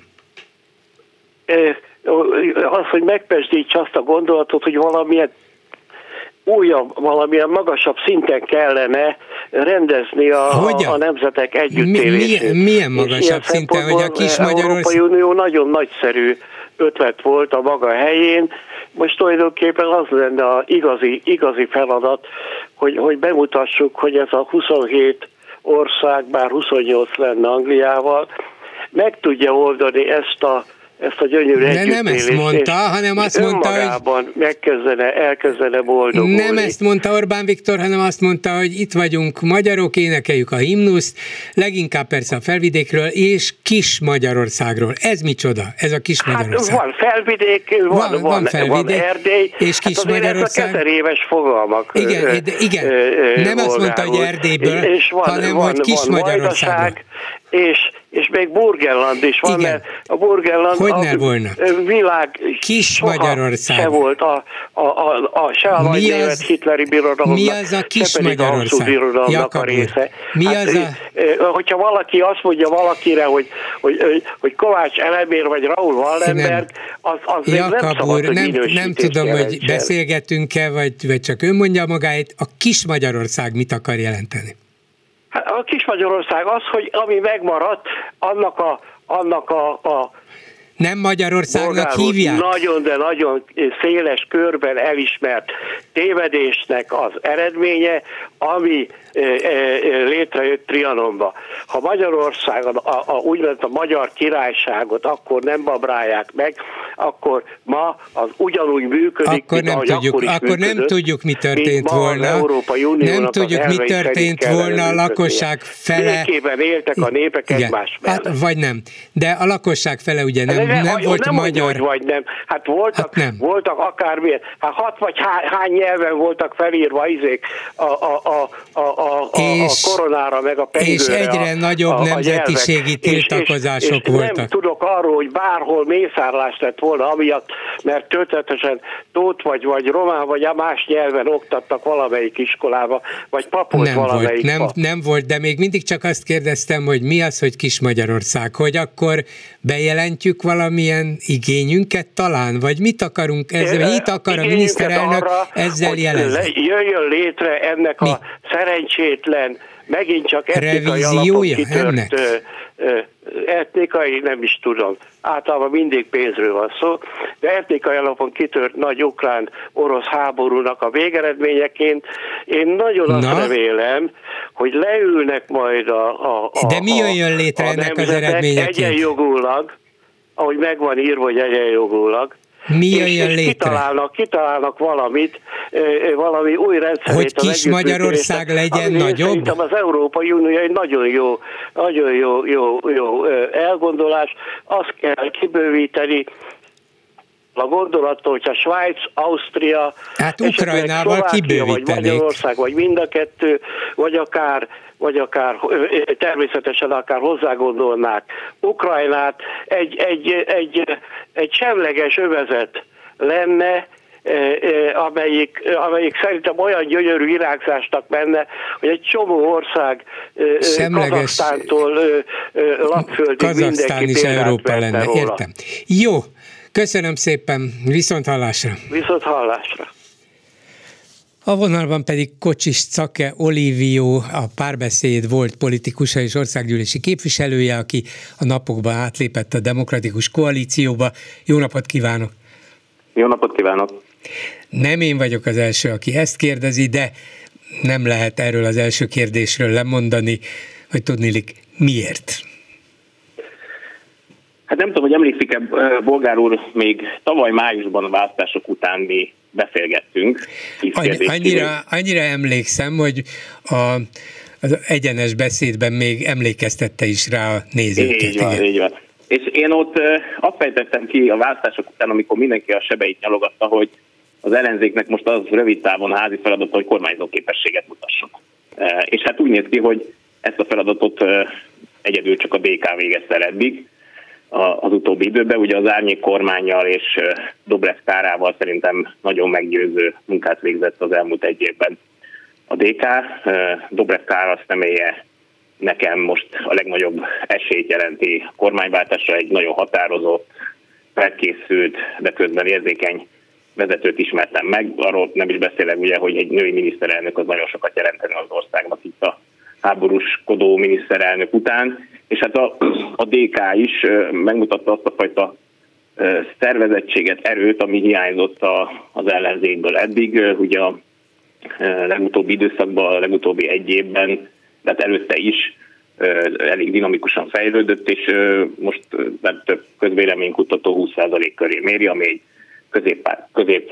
Az, hogy megpesdíts azt a gondolatot, hogy valamilyen újabb, valamilyen magasabb szinten kellene rendezni a, a, a nemzetek együttélését. Mi, milyen magasabb szinten, hogy a kis Magyarország... Európai Unió nagyon nagyszerű ötlet volt a maga helyén. Most tulajdonképpen az lenne az igazi, igazi feladat, hogy, hogy bemutassuk, hogy ez a huszonhét ország, bár huszonnyolc lenne Angliával, meg tudja oldani ezt a ezt a gyönyörű együttélést. De nem ezt mondta, hanem azt mondta, hogy... megkezdene, elkezdene boldogulni. Nem ezt mondta Orbán Viktor, hanem azt mondta, hogy itt vagyunk magyarok, énekeljük a himnuszt, leginkább persze a felvidékről, és kis Magyarországról. Ez micsoda? Ez a kis Magyarország. Hát van felvidék, van, van, van, van, felvidék, van Erdély, és kis hát Magyarország. Ezek a ezeréves fogalmak. Igen, de, igen. nem azt mondta, hogy Erdélyből, és van, hanem van, hogy kis van Magyarországról. És, és még Burgenland is van, igen. Mert a Burgenland Hogyne a volna? Világ kis Magyarország se volt a, a, a, a, se a nagy német hitleri birodalomnak, mi az a kis Magyarország? A része. Mi hát, az a... Hogyha valaki azt mondja valakire, hogy, hogy, hogy Kovács Elemér vagy Raúl Wallenberg, az, az Jakab nem szabad, úr, nem, nem tudom, jelentsen. Hogy beszélgetünk-e, vagy, vagy csak ön mondja magáit, a kis Magyarország mit akar jelenteni? A kis Magyarország az, hogy ami megmaradt, annak a, annak a, a nem Magyarországnak hívják? Nagyon, de nagyon széles körben elismert tévedésnek az eredménye, ami e, e, létrejött Trianonba. Ha Magyarország, a, a, a, úgymond a magyar királyságot akkor nem babrálják meg, akkor ma az ugyanúgy működik, akkor nem tudjuk, akkor, akkor működött, nem tudjuk, mi történt volna. Nem tudjuk, mi történt volna a lakosság fele. Békében éltek a népek igen. egymás mellett. Hát, vagy nem. De a lakosság fele ugye nem, nem, nem volt nem magyar. Mondja, vagy nem. Hát voltak, hát voltak akármilyen, hát hat vagy há, hány nyelven voltak felírva izék a, a, a, a, a, és, a koronára, meg a pengőre. És egyre a, nagyobb a, nemzetiségi a tiltakozások és, és, és voltak. Nem tudok arról, hogy bárhol mészárlás lett volna, amiatt, mert történetesen tót vagy, vagy román, vagy a más nyelven oktattak valamelyik iskolába, vagy papolt nem valamelyik volt, nem, pap. nem volt, de még mindig csak azt kérdeztem, hogy mi az, hogy kis Magyarország, hogy akkor bejelentjük valamilyen igényünket talán, vagy mit akarunk ezzel, mit akar a miniszterelnök arra, ezzel jelezni? Jöjjön létre ennek mi? A szerencsétlen, megint csak etnikai alapon kitört, ö, ö, etnikai, nem is tudom, általában mindig pénzről van szó, de etnikai alapon kitört nagy ukrán-orosz háborúnak a végeredményeként én nagyon azt Na? remélem, hogy leülnek majd a, a, a De mi jöjjön létre a ennek az eredményeként? Egyenjogulag, ahogy meg van írva, hogy egyenjogulag, mi és, jöjjön és létre? Kitalálnak, kitalálnak valamit, valami új rendszerét. Hogy kis Magyarország legyen nagyobb? Szerintem az Európai Unió egy nagyon jó, nagyon jó, jó, jó elgondolás. Azt kell kibővíteni a gondolattól, hogyha Svájc, Ausztria, hát Ukrajnával kibővítenék. Vagy Magyarország, vagy mind a kettő, vagy akár vagy akár természetesen akár hozzátgondolnák Ukrajnát, egy, egy, egy, egy semleges övezet lenne, amelyik, amelyik szerintem olyan gyönyörű virágzásnak menne, hogy egy csomó ország Kazahsztántól lapföldig Kazahsztán is Európa lenne, róla. Értem. Jó, köszönöm szépen, viszont hallásra. Viszont hallásra. A vonalban pedig Kocsis Czake Olívio, a Párbeszéd volt politikusa és országgyűlési képviselője, aki a napokban átlépett a Demokratikus Koalícióba. Jó napot kívánok! Jó napot kívánok! Nem én vagyok az első, aki ezt kérdezi, de nem lehet erről az első kérdésről lemondani, hogy tudniillik miért. Hát nem tudom, hogy emlékszik-e, Bolgár úr, még tavaly májusban a választások után mi beszélgettünk. Annyira, annyira emlékszem, hogy a, az egyenes beszédben még emlékeztette is rá a nézőket. Így van, így van. És én ott azt fejtettem ki a választások után, amikor mindenki a sebeit nyalogatta, hogy az ellenzéknek most az rövid távon házi feladata, hogy kormányzó képességet mutasson. És hát úgy néz ki, hogy ezt a feladatot egyedül csak a dé ká végezte el eddig az utóbbi időben. Ugye az árnyék kormánnyal és Dobrev Klárával szerintem nagyon meggyőző munkát végzett az elmúlt egy évben a dé ká. Dobrev Klára személye nekem most a legnagyobb esélyt jelenti kormányváltásra, egy nagyon határozott, felkészült, de közben érzékeny vezetőt ismertem meg, arról nem is beszélek ugye, hogy egy női miniszterelnök az nagyon sokat jelentene az országnak itt a háborúskodó miniszterelnök után, és hát a, a dé ká is megmutatta azt a fajta szervezettséget, erőt, ami hiányzott a, az ellenzékből eddig. Ugye a legutóbbi időszakban, a legutóbbi egy évben, tehát előtte is elég dinamikusan fejlődött, és most több közvéleménykutató húsz százalék köré méri, ami egy középpárti közép,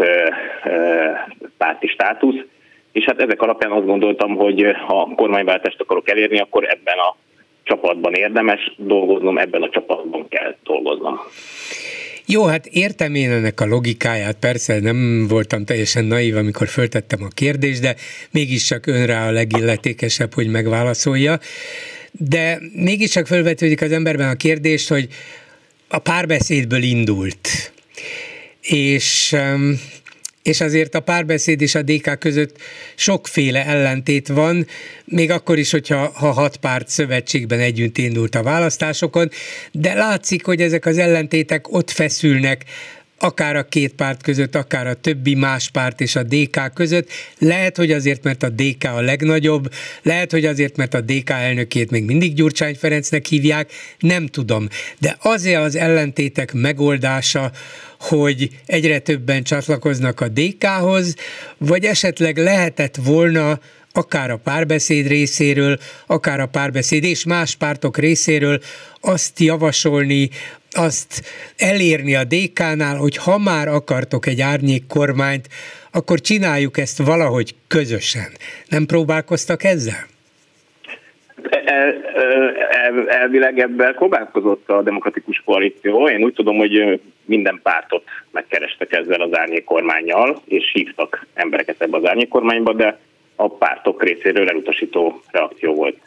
párti státusz. És hát ezek alapján azt gondoltam, hogy ha kormányváltást akarok elérni, akkor ebben a csapatban érdemes dolgoznom, ebben a csapatban kell dolgoznom. Jó, hát értem én ennek a logikáját, persze nem voltam teljesen naív, amikor föltettem a kérdést, de mégiscsak ön rá a legilletékesebb, hogy megválaszolja. De mégiscsak fölvetődik az emberben a kérdést, hogy a párbeszédből indult, és... és azért a párbeszéd és a dé ká között sokféle ellentét van, még akkor is, hogyha ha hat párt szövetségben együtt indult a választásokon, de látszik, hogy ezek az ellentétek ott feszülnek, akár a két párt között, akár a többi más párt és a dé ká között. Lehet, hogy azért, mert a dé ká a legnagyobb, lehet, hogy azért, mert a dé ká elnökét még mindig Gyurcsány Ferencnek hívják, nem tudom. De azért az ellentétek megoldása, hogy egyre többen csatlakoznak a dé kához, vagy esetleg lehetett volna akár a párbeszéd részéről, akár a párbeszéd és más pártok részéről azt javasolni, azt elérni a dé kánál, hogy ha már akartok egy árnyék kormányt, akkor csináljuk ezt valahogy közösen. Nem próbálkoztak ezzel? El, el, elvileg ebben próbálkozott a Demokratikus Koalíció. Én úgy tudom, hogy minden pártot megkerestek ezzel az árnyékkormánnyal, és hívtak embereket ebbe az árnyékkormányba, de a pártok részéről elutasító reakció volt.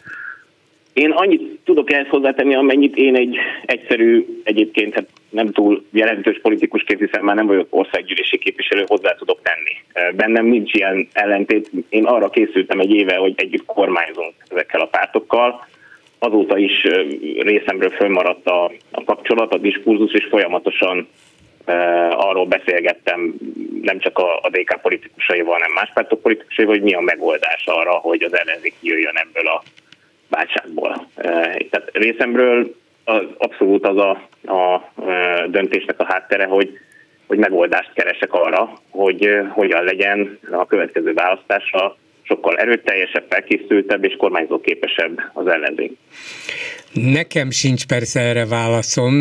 Én annyit tudok ehhez hozzátenni, amennyit én egy egyszerű, egyébként hát nem túl jelentős politikusként, hiszen már nem vagyok országgyűlési képviselő, hozzá tudok tenni. Bennem nincs ilyen ellentét. Én arra készültem egy éve, hogy együtt kormányzunk ezekkel a pártokkal. Azóta is részemről fönnmaradt a, a kapcsolat, a diskurzus, és folyamatosan e, arról beszélgettem nem csak a, a dé ká politikusaival, hanem más pártok politikusaival, hogy mi a megoldás arra, hogy az ellenzék jöjjön ebből a válságból. Tehát részemről az, abszolút az a, a döntésnek a háttere, hogy, hogy megoldást keresek arra, hogy hogyan legyen a következő választásra sokkal erőteljesebb, felkészültebb és kormányzóképesebb az ellenzék. Nekem sincs persze erre válaszom,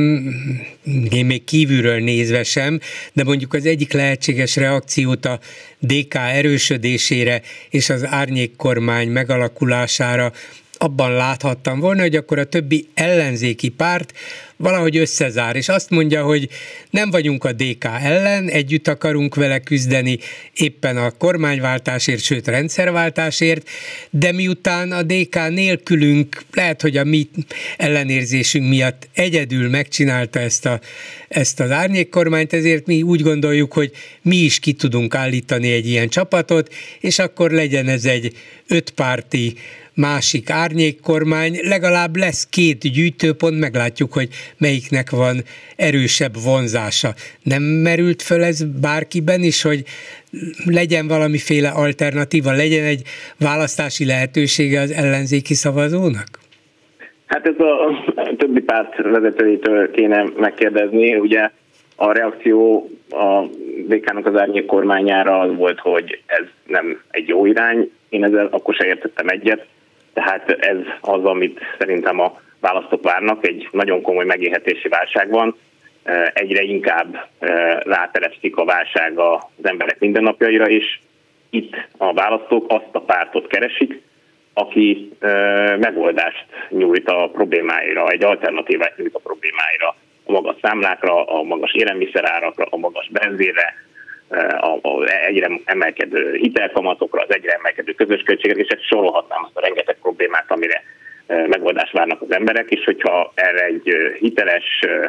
én még kívülről nézve sem, de mondjuk az egyik lehetséges reakciót a dé ká erősödésére és az árnyékkormány megalakulására abban láthattam volna, hogy akkor a többi ellenzéki párt valahogy összezár, és azt mondja, hogy nem vagyunk a dé ká ellen, együtt akarunk vele küzdeni éppen a kormányváltásért, sőt rendszerváltásért, de miután a dé ká nélkülünk, lehet, hogy a mi ellenérzésünk miatt egyedül megcsinálta ezt, a, ezt az árnyékkormányt, ezért mi úgy gondoljuk, hogy mi is ki tudunk állítani egy ilyen csapatot, és akkor legyen ez egy ötpárti másik árnyékkormány, legalább lesz két gyűjtőpont, meglátjuk, hogy melyiknek van erősebb vonzása. Nem merült föl ez bárkiben is, hogy legyen valamiféle alternatíva, legyen egy választási lehetősége az ellenzéki szavazónak? Hát ez a többi párt vezetőitől kéne megkérdezni. Ugye a reakció a dé kának az árnyékkormányára az volt, hogy ez nem egy jó irány. Én ezzel akkor se értettem egyet. Tehát ez az, amit szerintem a választók várnak, egy nagyon komoly megélhetési válság van. Egyre inkább rátelepszik a válság az emberek mindennapjaira, és itt a választók azt a pártot keresik, aki megoldást nyújt a problémáira, egy alternatívát nyújt a problémáira, a magas számlákra, a magas élelmiszerárakra, a magas benzinre, a, a egyre emelkedő hitelkamatokra, az egyre emelkedő közös költségekre, és ezt sorolhatnám azt a rengeteg problémát, amire megoldást várnak az emberek, és hogyha erre egy hiteles,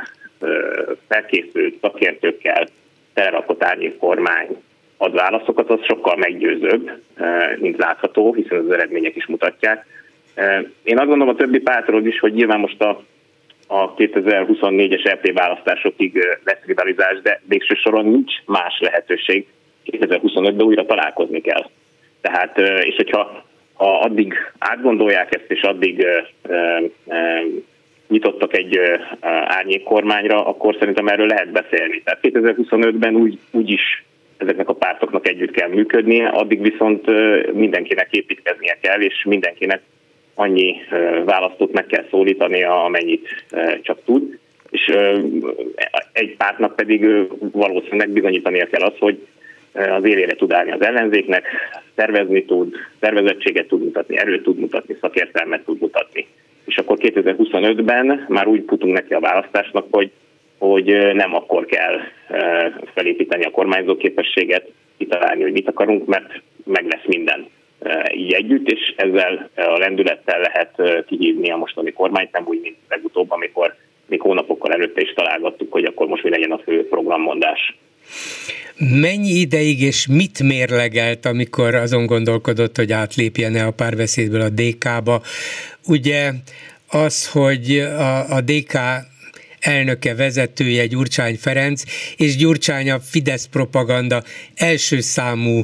felkészült szakértőkkel telerakott árnyékkormány ad válaszokat, az sokkal meggyőzőbb, mint látható, hiszen az eredmények is mutatják. Én azt gondolom a többi pártról is, hogy nyilván most a a kétezer-huszonnégyes é pé választásokig lesz rivalizás, de végső soron nincs más lehetőség. kétezer-huszonötben újra találkozni kell. Tehát, és hogyha ha addig átgondolják ezt, és addig e, e, nyitottak egy e, árnyékkormányra, akkor szerintem erről lehet beszélni. Tehát kétezer-huszonötben úgy, úgy is ezeknek a pártoknak együtt kell működnie, addig viszont mindenkinek építkeznie kell, és mindenkinek annyi választót meg kell szólítania, amennyit csak tud. És egy pártnak pedig valószínűleg bizonyítania kell az, hogy az élére tud állni az ellenzéknek, tervezni tud, tervezettséget tud mutatni, erőt tud mutatni, szakértelmet tud mutatni. És akkor kétezer-huszonötben már úgy futunk neki a választásnak, hogy, hogy nem akkor kell felépíteni a kormányzó képességet, kitalálni, hogy mit akarunk, mert meg lesz minden így együtt, és ezzel a lendülettel lehet kihívni a mostani kormányt, nem úgy, mint legutóbb, amikor még hónapokkal előtte is találgattuk, hogy akkor most mi legyen a fő programmondás. Mennyi ideig és mit mérlegelt, amikor azon gondolkodott, hogy átlépjen-e a Párbeszédből a dé ká-ba? Ugye az, hogy a, a dé ká elnöke, vezetője Gyurcsány Ferenc, és Gyurcsány a Fidesz propaganda első számú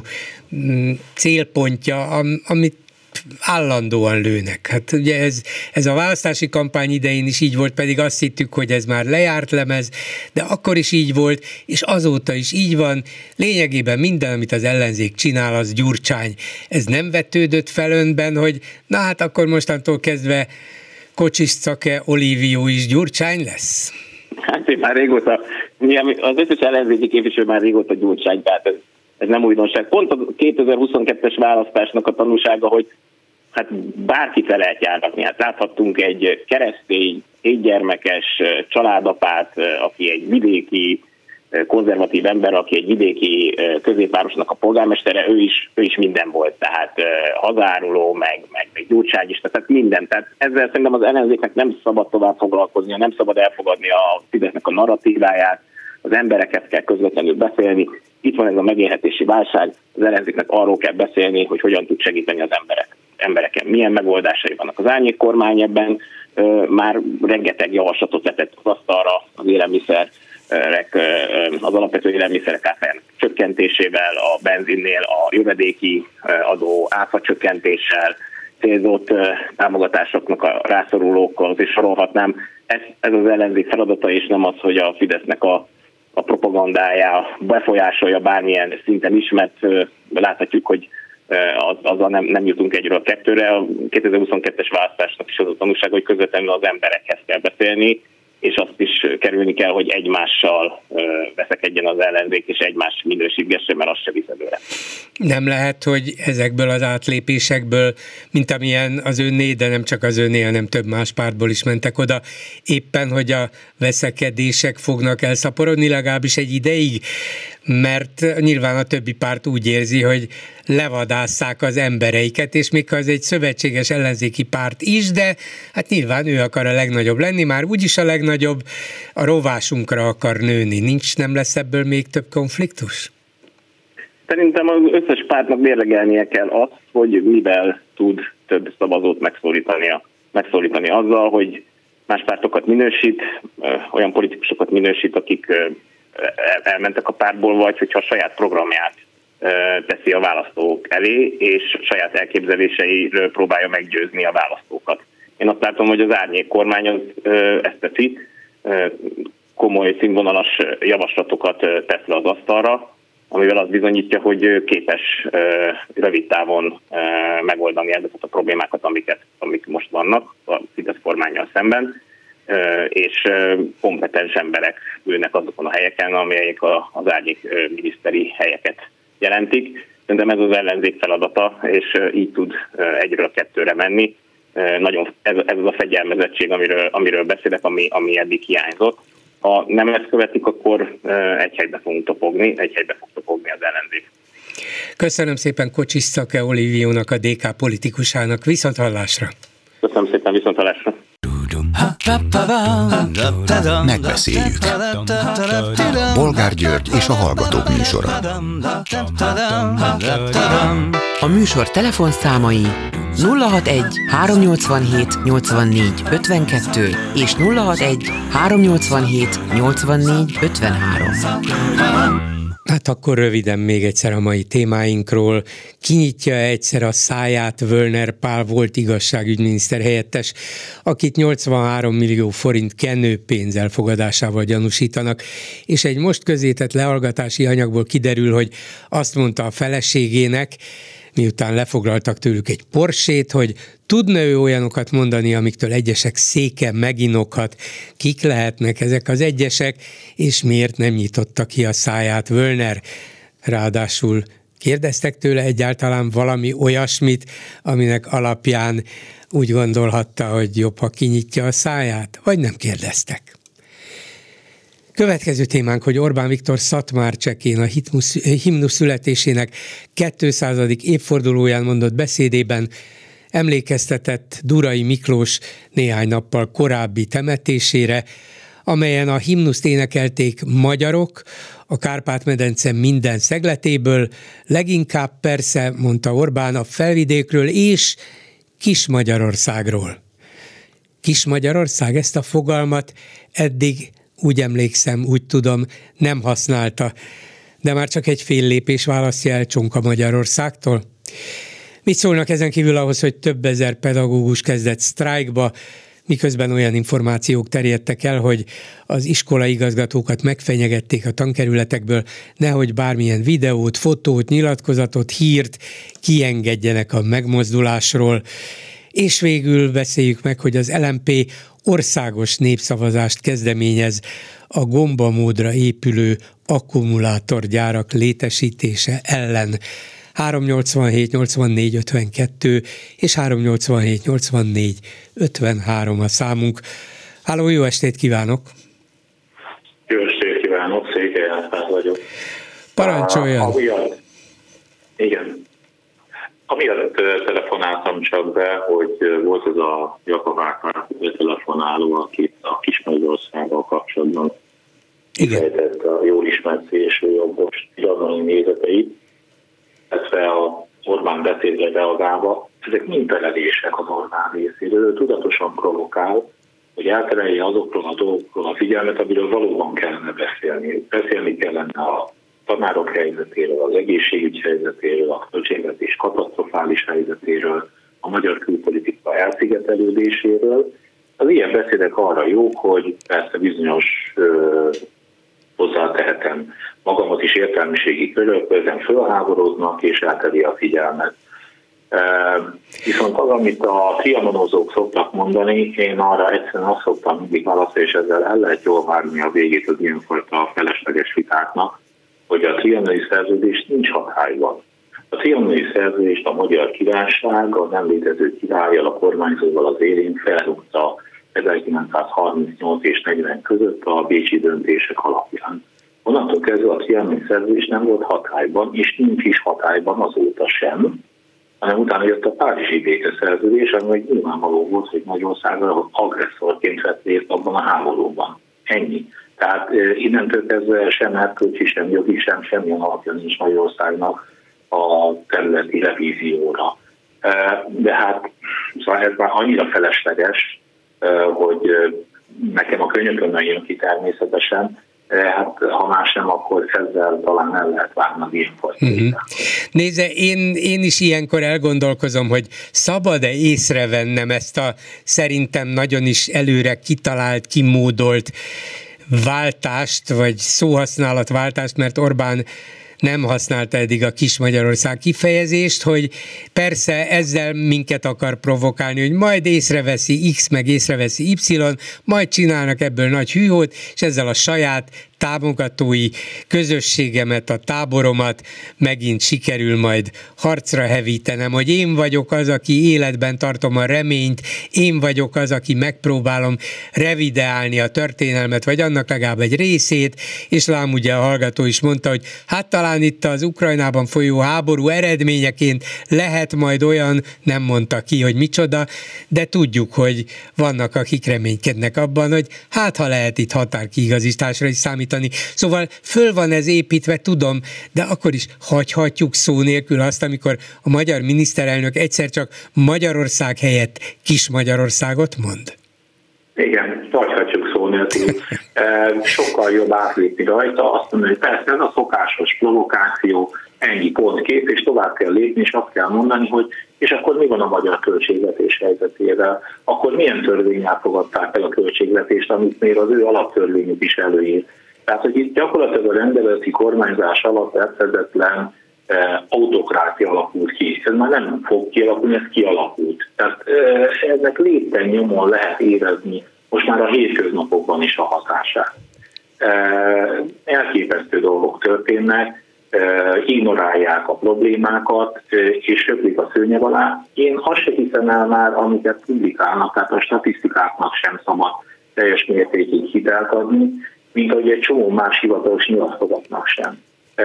célpontja, amit állandóan lőnek. Hát ugye ez, ez a választási kampány idején is így volt, pedig azt hittük, hogy ez már lejárt lemez, de akkor is így volt, és azóta is így van. Lényegében minden, amit az ellenzék csinál, az Gyurcsány. Ez nem vetődött fel önben, hogy na hát akkor mostantól kezdve Kocsis-Czake Olívio is Gyurcsány lesz? Hát én már régóta, az összes ellenzéki képviselő már régóta Gyurcsány, tehát ez, ez nem újdonság. Pont a kétezer-huszonkettes választásnak a tanúsága, hogy hát bárkit le lehet járatni. Hát láthattunk egy keresztény, egygyermekes családapát, aki egy vidéki konzervatív ember, aki egy vidéki középvárosnak a polgármestere, ő is, ő is minden volt, tehát hazáruló, meg, meg, meg gyurcsányista, tehát minden. Tehát ezzel szerintem az ellenzéknek nem szabad tovább foglalkoznia, nem szabad elfogadni a Fidesznek a narratíváját, az embereket kell közvetlenül beszélni. Itt van ez a megélhetési válság, az ellenzéknek arról kell beszélni, hogy hogyan tud segíteni az emberek, embereken. Milyen megoldásai vannak. Az árnyékkormány ebben ö, már rengeteg javaslatot letett az asztalra az élelmiszer, az alapvető élelmiszerek áfájának csökkentésével, a benzinnél a jövedéki adó áfa csökkentéssel, célzott támogatásoknak a rászorulókkal, és sorolhatnám. Ez, ez az ellenzék feladata, és nem az, hogy a Fidesznek a, a propagandája befolyásolja bármilyen szinten is, mert láthatjuk, hogy az, azzal nem, nem jutunk egyről a kettőre. A kétezer-huszonkettes választásnak is az a tanulság, hogy közvetlenül az emberekhez kell beszélni, és azt is kerülni kell, hogy egymással veszekedjen az ellenzék, és egymást minősítgesse, mert az se visz előre. Nem lehet, hogy ezekből az átlépésekből, mint amilyen az önné, de nem csak az önné, hanem több más pártból is mentek oda, éppen, hogy a veszekedések fognak elszaporodni legalábbis egy ideig, mert nyilván a többi párt úgy érzi, hogy levadásszák az embereiket, és még az egy szövetséges ellenzéki párt is, de hát nyilván ő akar a legnagyobb lenni, már úgyis a legnagyobb, a rovásunkra akar nőni. Nincs, nem lesz ebből még több konfliktus? Szerintem az összes pártnak mérlegelnie kell azt, hogy mivel tud több szavazót megszólítania. Megszólítani azzal, hogy más pártokat minősít, olyan politikusokat minősít, akik elmentek a pártból, vagy hogyha a saját programját teszi a választók elé, és saját elképzeléseiről próbálja meggyőzni a választókat. Én azt látom, hogy az árnyék kormány az ezt teszi, komoly színvonalas javaslatokat tesz le az asztalra, amivel azt bizonyítja, hogy képes rövid távon megoldani ezeket a problémákat, amiket, amik most vannak a Fidesz kormánnyal szemben, és kompetens emberek ülnek azokon a helyeken, amelyek az árnyék miniszteri helyeket jelentik. Szerintem ez az ellenzék feladata, és így tud egyről kettőre menni. Nagyon, ez, ez az a fegyelmezettség, amiről, amiről beszélek, ami, ami eddig hiányzott. Ha nem ezt követik, akkor egy helybe fogunk topogni, egy helybe fog topogni az ellenzék. Köszönöm szépen Kocsis-Czake Olíviónak, a dé ká politikusának. Viszont hallásra! Köszönöm szépen, viszont hallásra! Megbeszéljük. Bolgár György és a Hallgatók műsora. A műsor telefonszámai nulla hatvanegy háromnyolcvanhét nyolcvannégy ötvenkettő és nulla hatvanegy háromnyolcvanhét nyolcvannégy ötvenhárom. Hát akkor röviden még egyszer a mai témáinkról. Kinyitja egyszer a száját Völner Pál volt igazságügyminiszter helyettes, akit nyolcvanhárom millió forint kenőpénz elfogadásával gyanúsítanak, és egy most közzétett lehallgatási anyagból kiderül, hogy azt mondta a feleségének, miután lefoglaltak tőlük egy Porsét, hogy tudna ő olyanokat mondani, amiktől egyesek széken meginokhat. Kik lehetnek ezek az egyesek, és miért nem nyitotta ki a száját Völner? Ráadásul kérdeztek tőle egyáltalán valami olyasmit, aminek alapján úgy gondolhatta, hogy jobb, ha kinyitja a száját, vagy nem kérdeztek? Következő témánk, hogy Orbán Viktor Szatmárcsekén a himnusz születésének kétszázadik évfordulóján mondott beszédében emlékeztetett Durai Miklós néhány nappal korábbi temetésére, amelyen a himnuszt énekelték magyarok a Kárpát-medence minden szegletéből, leginkább persze, mondta Orbán, a Felvidékről és Kis-Magyarországról. Kis-Magyarország, ezt a fogalmat eddig úgy emlékszem, úgy tudom, nem használta, de már csak egy fél lépés választja el Csonka Magyarországtól. Mit szólnak ezen kívül ahhoz, hogy több ezer pedagógus kezdett sztrájkba, miközben olyan információk terjedtek el, hogy az iskolaigazgatókat megfenyegették a tankerületekből, nehogy bármilyen videót, fotót, nyilatkozatot, hírt kiengedjenek a megmozdulásról. És végül beszéljük meg, hogy az el em pé országos népszavazást kezdeményez a gombamódra épülő akkumulátorgyárak létesítése ellen. háromnyolcvanhét nyolcvannégy ötvenkettő és háromnyolcvanhét nyolcvannégy ötvenhárom a számunk. Háló, jó estét kívánok! Jó estét kívánok, Székely Árpád vagyok. Parancsoljon! A, amiatt, igen. Amiatt telefonáltam csak be, hogy volt ez a Jakab Ákár telefonáló, akit a Kis-Magyarországgal kapcsolatban kifejtett a jól ismert szélsőjobbos irodalmi nézeteit, illetve a Orbán beszédre reagálva. Ezek mind felelések az Orbán részéről. Tudatosan provokál, hogy elterelje azokról a dolgokról a figyelmet, amiről valóban kellene beszélni. Beszélni kellene a tanárok helyzetéről, az egészségügy helyzetéről, a költségvetés katasztrofális helyzetéről, a magyar külpolitika elszigetelődéséről. Az ilyen beszédek arra jók, hogy persze bizonyos ö, hozzátehetem magamat is értelmiségi körök, ezen fölháborodnak és elteri a figyelmet. E, viszont az, amit a trianonozók szoktak mondani, én arra egyszerűen azt szoktam mindig válaszolni, és ezzel el lehet jól várni a végét az ilyenfajta felesleges vitáknak, hogy a trianoni szerződés nincs hatályban. A trianoni szerződést a Magyar Királyság, az nem létező királlyal, a kormányzóval az élén felrúgta ezerkilencszázharmincnyolc és negyven között a bécsi döntések alapján. Onnantól kezdve a trianoni szerződés nem volt hatályban, és nincs is hatályban azóta sem, hanem utána jött a párizsi békeszerződés, ami nyilvánvaló volt, hogy Magyarországra agresszorként vett részt abban a háborúban. Ennyi. Tehát innentől kezdve sem erkölcsi, sem jogi, sem semmilyen alapja nincs Magyarországnak a területi revízióra. De hát szóval ez már annyira felesleges, hogy nekem a könyökömmel jön ki természetesen, hát ha más nem, akkor ezzel talán el lehet várni az ilyenfajta. Uh-huh. Nézze, én, én is ilyenkor elgondolkozom, hogy szabad-e észrevennem ezt a szerintem nagyon is előre kitalált, kimódolt váltást, vagy szóhasználatváltást, mert Orbán nem használta eddig a Kis-Magyarország kifejezést, hogy persze ezzel minket akar provokálni, hogy majd észreveszi X, meg észreveszi Y, majd csinálnak ebből nagy hűhót, és ezzel a saját támogatói közösségemet, a táboromat megint sikerül majd harcra hevítenem, hogy én vagyok az, aki életben tartom a reményt, én vagyok az, aki megpróbálom revideálni a történelmet, vagy annak legalább egy részét, és lám ugye a hallgató is mondta, hogy hát talán itt az Ukrajnában folyó háború eredményeként lehet majd olyan, nem mondta ki, hogy micsoda, de tudjuk, hogy vannak, akik reménykednek abban, hogy hát ha lehet itt határkiigazításra is számítani. Szóval föl van ez építve, tudom, de akkor is hagyhatjuk szó nélkül azt, amikor a magyar miniszterelnök egyszer csak Magyarország helyett Kis Magyarországot mond? Igen, hagyhatjuk szó nélkül. Sokkal jobb átlépni rajta, azt mondani, hogy persze ez a szokásos provokáció, ennyi pontkép, és tovább kell lépni, és azt kell mondani, hogy és akkor mi van a magyar költségvetés helyzetével? Akkor milyen törvényel fogadták el a költségvetést, amit még az ő alaptörvényük is előír? Tehát, hogy itt gyakorlatilag a rendeleti kormányzás alatt elvezetlen eh, autokrácia alakult ki. Ez már nem fog kialakulni, ez kialakult. Tehát eh, ennek lépten nyomon lehet érezni most már a hétköznapokban is a hatását. Eh, elképesztő dolgok történnek, ignorálják a problémákat, és söplik a szőnyeg alá. Én azt se hiszem el már, amiket publikálnak, tehát a statisztikáknak sem szabad teljes mértékig hitelt adni, mint ahogy egy csomó más hivatalos nyilatkozatnak sem.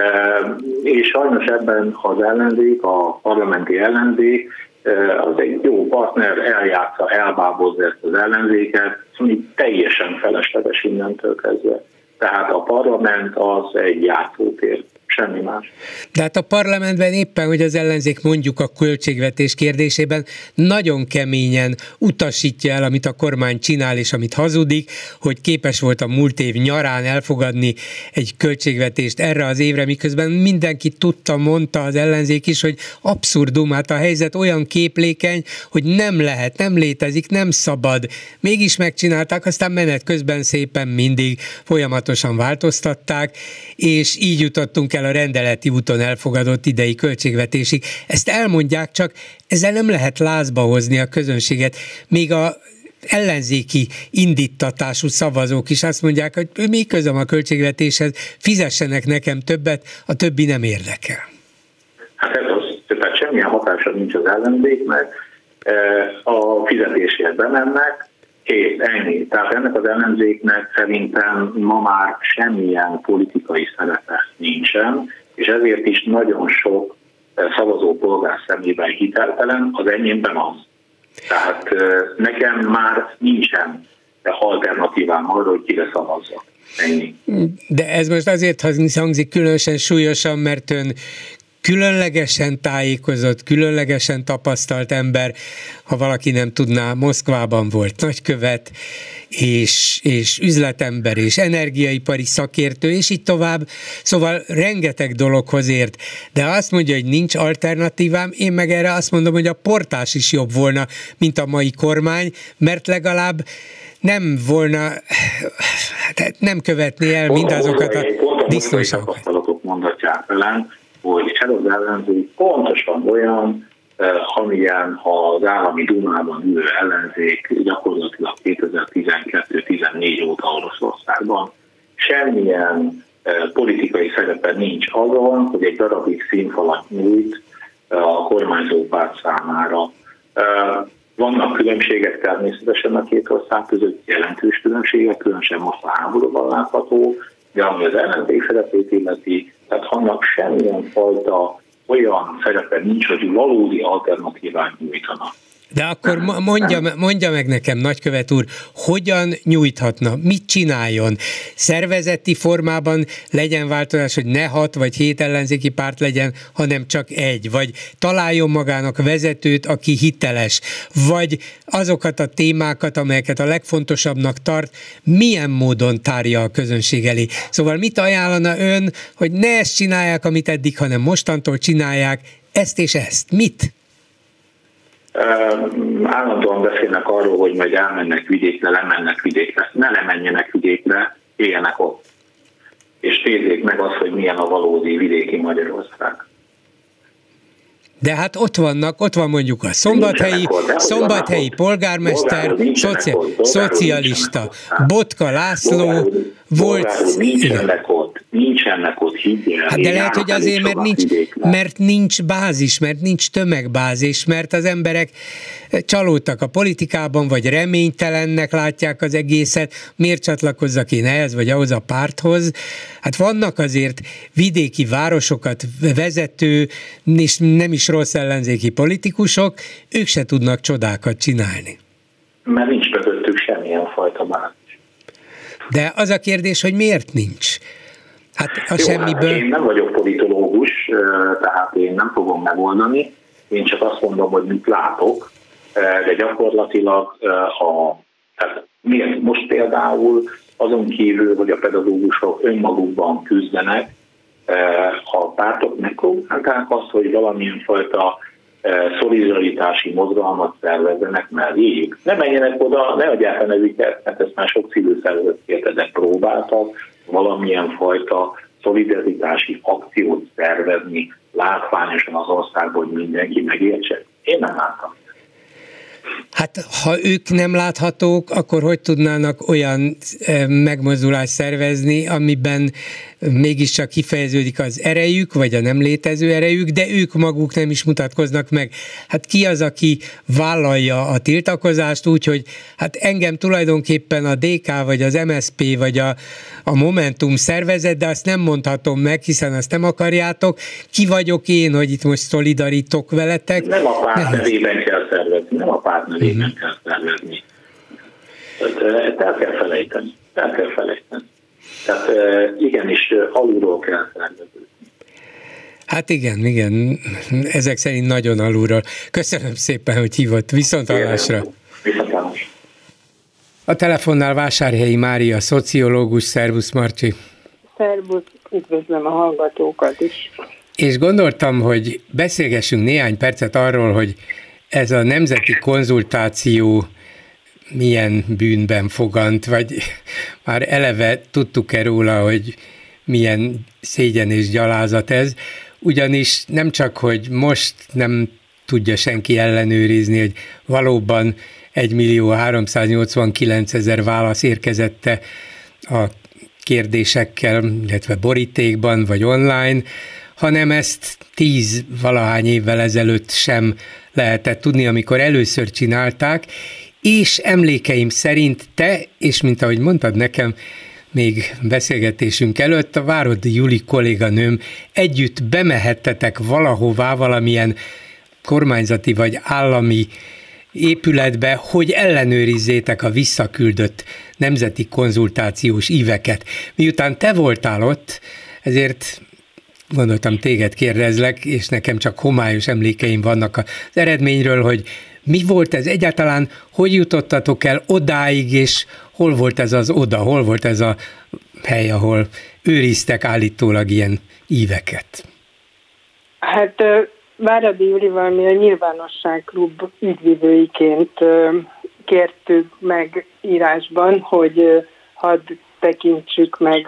És sajnos ebben az ellenzék, a parlamenti ellenzék, az egy jó partner, eljátsza, elbábozza ezt az ellenzéket, ami teljesen felesleges innentől kezdve. Tehát a parlament az egy játszótér. Semmi más. De hát a parlamentben éppen, hogy az ellenzék mondjuk a költségvetés kérdésében nagyon keményen utasítja el, amit a kormány csinál és amit hazudik, hogy képes volt a múlt év nyarán elfogadni egy költségvetést erre az évre, miközben mindenki tudta, mondta az ellenzék is, hogy abszurdum, hát a helyzet olyan képlékeny, hogy nem lehet, nem létezik, nem szabad. Mégis megcsinálták, aztán menet közben szépen mindig folyamatosan változtatták, és így jutottunk el a rendeleti úton elfogadott idei költségvetésig. Ezt elmondják, csak ezzel nem lehet lázba hozni a közönséget. Még a ellenzéki indítatású szavazók is azt mondják, hogy mi közöm a költségvetéshez, fizessenek nekem többet, a többi nem érdekel. Hát ez az, tehát semmilyen hatása nincs az ellenzéknek, a fizetésért bemennek, kész, ennyi. Tehát ennek az ellenzéknek szerintem ma már semmilyen politikai szerepe nincsen, és ezért is nagyon sok szavazópolgár szemében hiteltelen, az enyémben az. Tehát nekem már nincsen alternatívám arra, hogy kire szavazzak. Ennyi. De ez most azért hangzik különösen súlyosan, mert ön különlegesen tájékozott, különlegesen tapasztalt ember, ha valaki nem tudná, Moszkvában volt nagykövet, és, és üzletember, és energiaipari szakértő, és így tovább. Szóval rengeteg dologhoz ért. De azt mondja, hogy nincs alternatívám, én meg erre azt mondom, hogy a portás is jobb volna, mint a mai kormány, mert legalább nem volna, nem követné el mindazokat a disznóságokat. Pontosan mondatják velem, hogy ez az ellenzék pontosan olyan, amilyen az állami dumában ülő ellenzék gyakorlatilag kétezer-tizenkettő tizennégy óta Oroszországban. Semmilyen politikai szerepe nincs azon, hogy egy darabig színfalat nyújt a kormányzó párt számára. Vannak különbségek természetesen a két ország között, jelentős különbségek, különösen most a háborúban látható, de ami az ellenzék szerepét illeti, tehát annak semmilyen fajta olyan szerepe nincs, hogy valódi alternatívát nyújtana. De akkor mondja, mondja meg nekem, nagykövet úr, hogyan nyújthatna, mit csináljon? Szervezeti formában legyen változás, hogy ne hat vagy hét ellenzéki párt legyen, hanem csak egy, vagy találjon magának vezetőt, aki hiteles, vagy azokat a témákat, amelyeket a legfontosabbnak tart, milyen módon tárja a közönség elé. Szóval mit ajánlana ön, hogy ne ezt csinálják, amit eddig, hanem mostantól csinálják ezt és ezt? Mit? Uh, állandóan beszélnek arról, hogy majd elmennek vidékre, lemennek vidékre. Ne lemenjenek vidékre, éljenek ott. És nézzék meg azt, hogy milyen a valódi vidéki Magyarország. De hát ott vannak, ott van mondjuk a szombathelyi, szombathelyi polgármester, szoci, szocialista, Botka László, volt... Nincsenek ott, nincsenek ott, higgyel. Hát de lehet, hogy azért, mert nincs, mert nincs bázis, mert nincs tömegbázis, mert az emberek csalódtak a politikában, vagy reménytelennek látják az egészet, miért csatlakozzak én ehhez, vagy ahhoz a párthoz. Hát vannak azért vidéki városokat vezető, és nem is rossz ellenzéki politikusok, ők se tudnak csodákat csinálni. Mert nincs mögöttük semmilyen fajta bázis. De az a kérdés, hogy miért nincs? Hát a Jó, semmiből... Hát én nem vagyok politológus, tehát én nem fogom megoldani, én csak azt mondom, hogy mit látok, de gyakorlatilag a, tehát miért most például azon kívül, hogy a pedagógusok önmagukban küzdenek, a pártok megpróbálták azt, hogy valamilyen fajta szolidaritási mozgalmat szervezzenek melléjük. Ne menjenek oda, ne adják a nevüket, mert ezt már sok civil szervezet kérte, de próbáltak valamilyen fajta szolidaritási akciót szervezni látványosan az országban, hogy mindenki megértse. Én nem láttam. Hát ha ők nem láthatók, akkor hogy tudnának olyan megmozdulást szervezni, amiben mégiscsak kifejeződik az erejük, vagy a nem létező erejük, de ők maguk nem is mutatkoznak meg. Hát ki az, aki vállalja a tiltakozást úgy, hogy hát engem tulajdonképpen a dé ká, vagy az em es zé pé, vagy a, a Momentum szervezet, de azt nem mondhatom meg, hiszen azt nem akarjátok. Ki vagyok én, hogy itt most szolidarítok veletek? Nem a párt nevében kell szervezni, nem a párt nevében uh-huh. kell szervezni. Tehát ezt el kell felejteni. El kell felejteni. Tehát igenis alulról kell szervezni. Hát igen, igen. Ezek szerint nagyon alulról. Köszönöm szépen, hogy hívott. Viszonthallásra. Viszonthallásra. A telefonnál Vásárhelyi Mária, szociológus. Szervusz, Marcsi. Szervusz, üdvözlöm a hallgatókat is. És gondoltam, hogy beszélgessünk néhány percet arról, hogy ez a nemzeti konzultáció milyen bűnben fogant, vagy már eleve tudtuk-e róla, hogy milyen szégyen és gyalázat ez, ugyanis nem csak, hogy most nem tudja senki ellenőrizni, hogy valóban egymillió-háromszáznyolcvankilencezer válasz érkezette a kérdésekkel, illetve borítékban vagy online, hanem ezt tíz valahány évvel ezelőtt sem lehetett tudni, amikor először csinálták, és emlékeim szerint te, és mint ahogy mondtad nekem, még beszélgetésünk előtt, a Váradi Juli kolléganőm együtt bemehettetek valahová, valamilyen kormányzati vagy állami épületbe, hogy ellenőrizzétek a visszaküldött nemzeti konzultációs íveket. Miután te voltál ott, ezért gondoltam, téged kérdezlek, és nekem csak homályos emlékeim vannak az eredményről, hogy mi volt ez egyáltalán, hogy jutottatok el odáig, és hol volt ez az oda, hol volt ez a hely, ahol őriztek állítólag ilyen íveket? Hát Váradi Julival mi a Nyilvánosságklub ügyvivőiként kértük meg írásban, hogy hadd tekintsük meg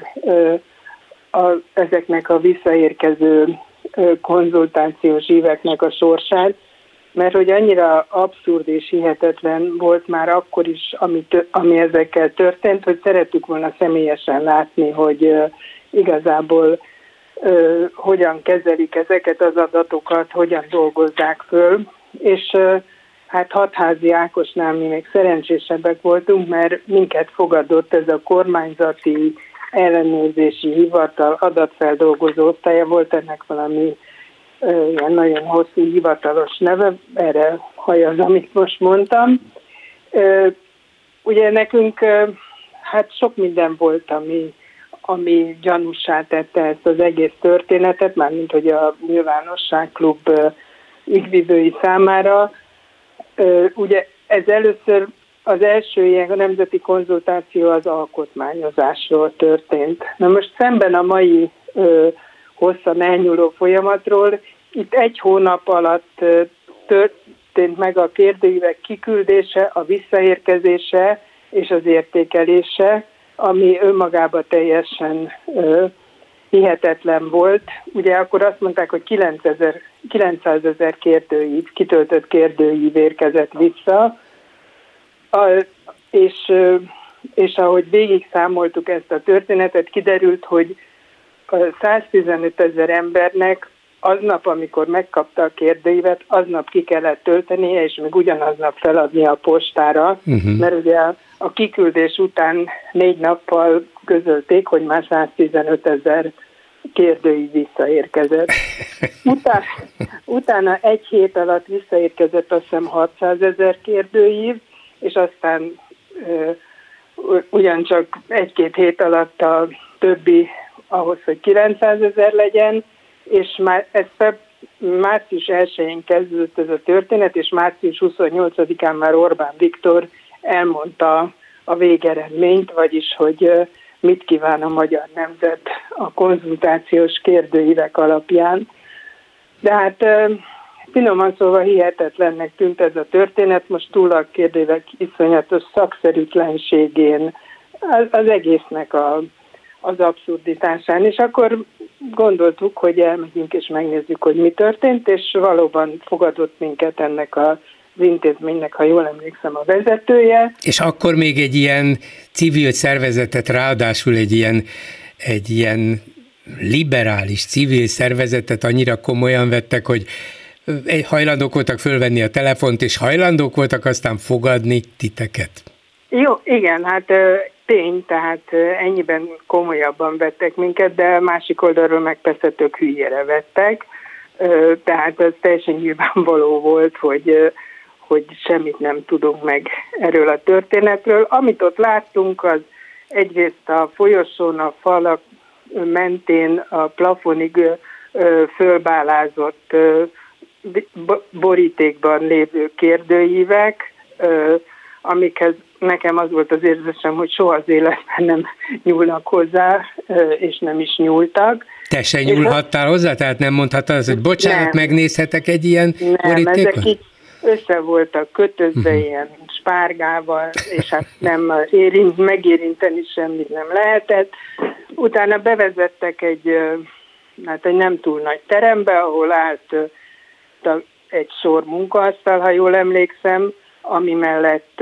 a, ezeknek a visszaérkező konzultációs íveknek a sorsát, mert hogy annyira abszurd és hihetetlen volt már akkor is, ami, ami ezekkel történt, hogy szerettük volna személyesen látni, hogy uh, igazából uh, hogyan kezelik ezeket az adatokat, hogyan dolgozzák föl, és uh, hát Hatházi Ákosnál mi még szerencsésebbek voltunk, mert minket fogadott ez a kormányzati ellenőrzési hivatal adatfeldolgozó osztálya, volt ennek valami ilyen nagyon hosszú hivatalos neve, erre hajaz, amit most mondtam. Ugye nekünk hát sok minden volt, ami, ami gyanússá tette ezt az egész történetet, mármint hogy a Nyilvánosságklub ügyvivői számára. Ugye ez először az első ilyen a nemzeti konzultáció az alkotmányozásról történt. Na most szemben a mai hosszan elnyúló folyamatról, itt egy hónap alatt történt meg a kérdőívek kiküldése, a visszaérkezése és az értékelése, ami önmagában teljesen ö, hihetetlen volt. Ugye akkor azt mondták, hogy kilencszázezer kérdőív, kitöltött kérdőív érkezett vissza, a, és ö, és ahogy végig számoltuk ezt a történetet, kiderült, hogy száztizenöt ezer embernek aznap, amikor megkapta a kérdőívet, aznap ki kellett töltenie, és még ugyanaznap feladnia a postára, uh-huh. mert ugye a kiküldés után négy nappal közölték, hogy már száztizenöt ezer kérdőív visszaérkezett. Utá, utána egy hét alatt visszaérkezett azt hiszem hatszázezer kérdőív, és aztán ö, ugyancsak egy-két hét alatt a többi ahhoz, hogy kilencszázezer legyen, és már ez feb, március elsején kezdődött ez a történet, és március huszonnyolcadikán már Orbán Viktor elmondta a végeredményt, vagyis, hogy mit kíván a magyar nemzet a konzultációs kérdőívek alapján. De hát finoman szóval hihetetlennek tűnt ez a történet, most túl a kérdőívek iszonyatos szakszerűtlenségén, az, az egésznek a, az abszurditásán, és akkor gondoltuk, hogy elmegyünk és megnézzük, hogy mi történt, és valóban fogadott minket ennek a az intézménynek, ha jól emlékszem, a vezetője. És akkor még egy ilyen civil szervezetet, ráadásul egy ilyen, egy ilyen liberális civil szervezetet annyira komolyan vettek, hogy hajlandók voltak fölvenni a telefont, és hajlandók voltak aztán fogadni titeket. Jó, igen, hát tény, tehát ennyiben komolyabban vettek minket, de másik oldalról meg persze tök hülyére vettek, tehát ez teljesen nyilvánvaló volt, hogy hogy semmit nem tudunk meg erről a történetről. Amit ott láttunk, az egyrészt a folyosón, a falak mentén a plafonig fölbálázott borítékban lévő kérdőívek, amikhez nekem az volt az érzésem, hogy soha az életben nem nyúlnak hozzá, és nem is nyúltak. Te se nyúlhattál hozzá? Tehát nem mondhattad az, hogy bocsánat, nem, megnézhetek egy ilyen nem, borítékot? Ezek így össze voltak kötözve uh-huh. ilyen spárgával, és hát nem érint, megérinteni semmit nem lehetett. Utána bevezettek egy, hát egy nem túl nagy terembe, ahol állt egy sor munkaasztal, ha jól emlékszem, ami mellett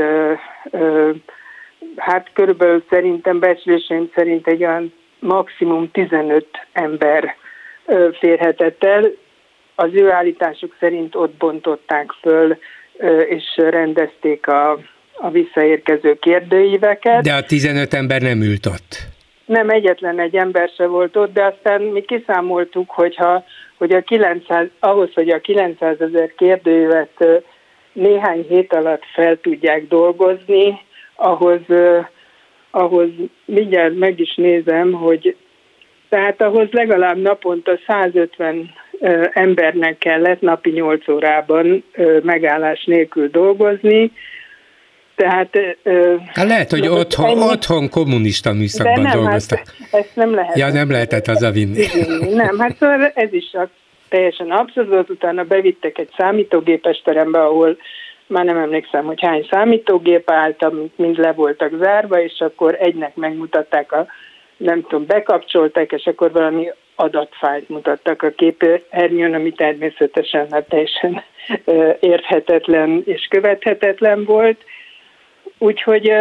hát körülbelül szerintem, becslésén szerint egy olyan maximum tizenöt ember férhetett el. Az ő állításuk szerint ott bontották föl, és rendezték a, a visszaérkező kérdőíveket. De a tizenöt ember nem ült ott. Nem, egyetlen egy ember se volt ott, de aztán mi kiszámoltuk, hogyha, hogy a kilencszáz, ahhoz, hogy a kilencszázezer kérdőívet néhány hét alatt fel tudják dolgozni, ahhoz, ahhoz mindjárt meg is nézem, hogy tehát ahhoz legalább naponta százötven embernek kellett napi nyolc órában megállás nélkül dolgozni. Tehát, hát lehet, hogy otthon, ennyi... otthon kommunista műszakban nem, dolgoztak. Hát, ezt nem lehet. Ja, nem lehetett hazavinni. Nem, hát szóval ez is teljesen abszurd, utána bevittek egy számítógépes terembe, ahol már nem emlékszem, hogy hány számítógép állt, mind le voltak zárva, és akkor egynek megmutatták a, nem tudom, bekapcsolták, és akkor valami adatfájlt mutattak a képernyőn, ami természetesen hát teljesen érthetetlen és követhetetlen volt. Úgyhogy,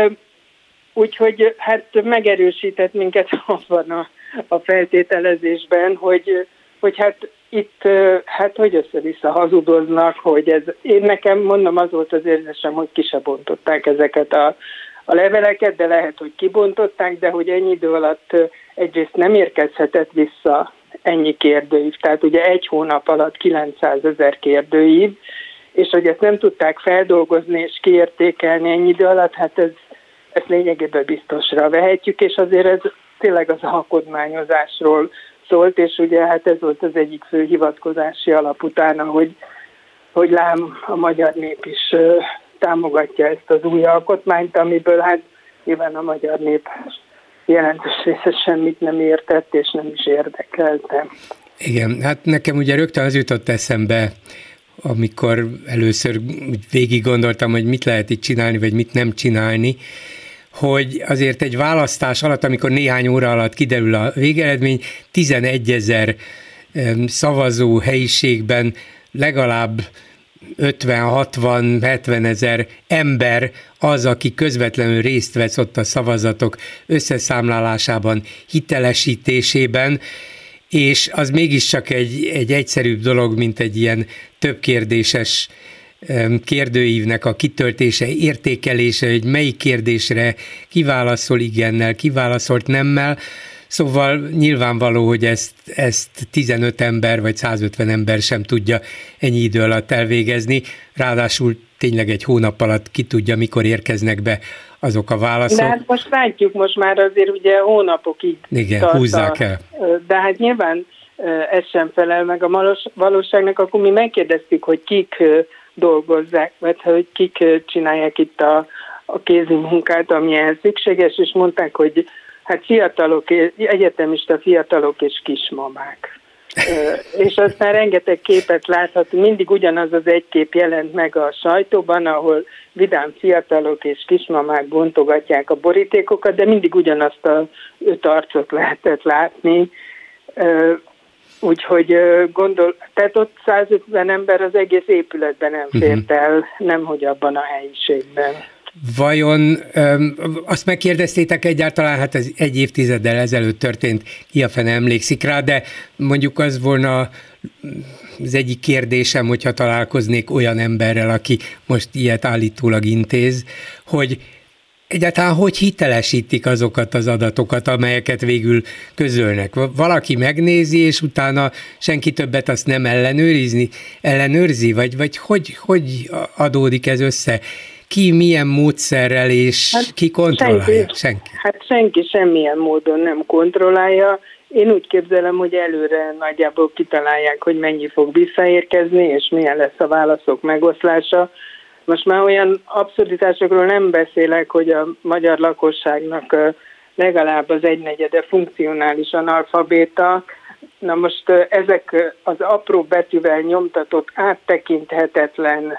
úgyhogy hát megerősített minket abban a, a feltételezésben, hogy, hogy hát itt, hát hogy össze-vissza hazudoznak, hogy ez, én nekem mondom, az volt az érzésem, hogy ki se bontották ezeket a, a leveleket, de lehet, hogy kibontották, de hogy ennyi idő alatt egyrészt nem érkezhetett vissza ennyi kérdőív, tehát ugye egy hónap alatt kilencszázezer kérdőív, és hogy ezt nem tudták feldolgozni és kiértékelni ennyi idő alatt, hát ez, ezt lényegében biztosra vehetjük, és azért ez tényleg az alkotmányozásról szólt, és ugye hát ez volt az egyik fő hivatkozási alap utána, hogy, hogy lám a magyar nép is uh, támogatja ezt az új alkotmányt, amiből hát nyilván a magyar nép jelentős része semmit nem értett, és nem is érdekelte. Igen, hát nekem ugye rögtön az jutott eszembe, amikor először végig gondoltam, hogy mit lehet itt csinálni, vagy mit nem csinálni, hogy azért egy választás alatt, amikor néhány óra alatt kiderül a végeredmény, tizenegyezer szavazó helyiségben legalább ötven, hatvan, hetven ezer ember az, aki közvetlenül részt vesz ott a szavazatok összeszámlálásában, hitelesítésében, és az mégiscsak egy, egy egyszerűbb dolog, mint egy ilyen többkérdéses kérdőívnek a kitöltése, értékelése, hogy melyik kérdésre kiválaszol igennel, kiválaszolt nemmel. Szóval nyilvánvaló, hogy ezt, ezt tizenöt ember vagy százötven ember sem tudja ennyi idő alatt elvégezni, ráadásul tényleg egy hónap alatt ki tudja, mikor érkeznek be azok a válaszok. De hát most látjuk, most már azért ugye hónapokig Igen, tart húzzák a, el. De hát nyilván ez sem felel meg a valóságnak, akkor mi megkérdeztük, hogy kik dolgozzák, vagy hogy kik csinálják itt a, a kézi munkát, ami ehhez szükséges, és mondták, hogy hát fiatalok, egyetemista fiatalok és kismamák. És aztán rengeteg képet láthatunk, mindig ugyanaz az egy kép jelent meg a sajtóban, ahol vidám fiatalok és kismamák bontogatják a borítékokat, de mindig ugyanazt a öt arcot lehetett látni. Úgyhogy gondol, tehát ott százötven ember az egész épületben nem fért el, nemhogy abban a helyiségben. Vajon öm, azt megkérdeztétek egyáltalán, hát ez egy évtizeddel ezelőtt történt, ki a fene emlékszik rá, de mondjuk az volna az egyik kérdésem, hogyha találkoznék olyan emberrel, aki most ilyet állítólag intéz, hogy egyáltalán hogy hitelesítik azokat az adatokat, amelyeket végül közölnek. Valaki megnézi, és utána senki többet azt nem ellenőrizni, ellenőrzi, vagy, vagy hogy, hogy adódik ez össze? Ki milyen módszerrel, és hát ki kontrollálja? Senki, senki. Hát senki semmilyen módon nem kontrollálja. Én úgy képzelem, hogy előre nagyjából kitalálják, hogy mennyi fog visszaérkezni, és milyen lesz a válaszok megoszlása. Most már olyan abszurditásokról nem beszélek, hogy a magyar lakosságnak legalább az egynegyede funkcionális analfabéta. Na most ezek az apró betűvel nyomtatott, áttekinthetetlen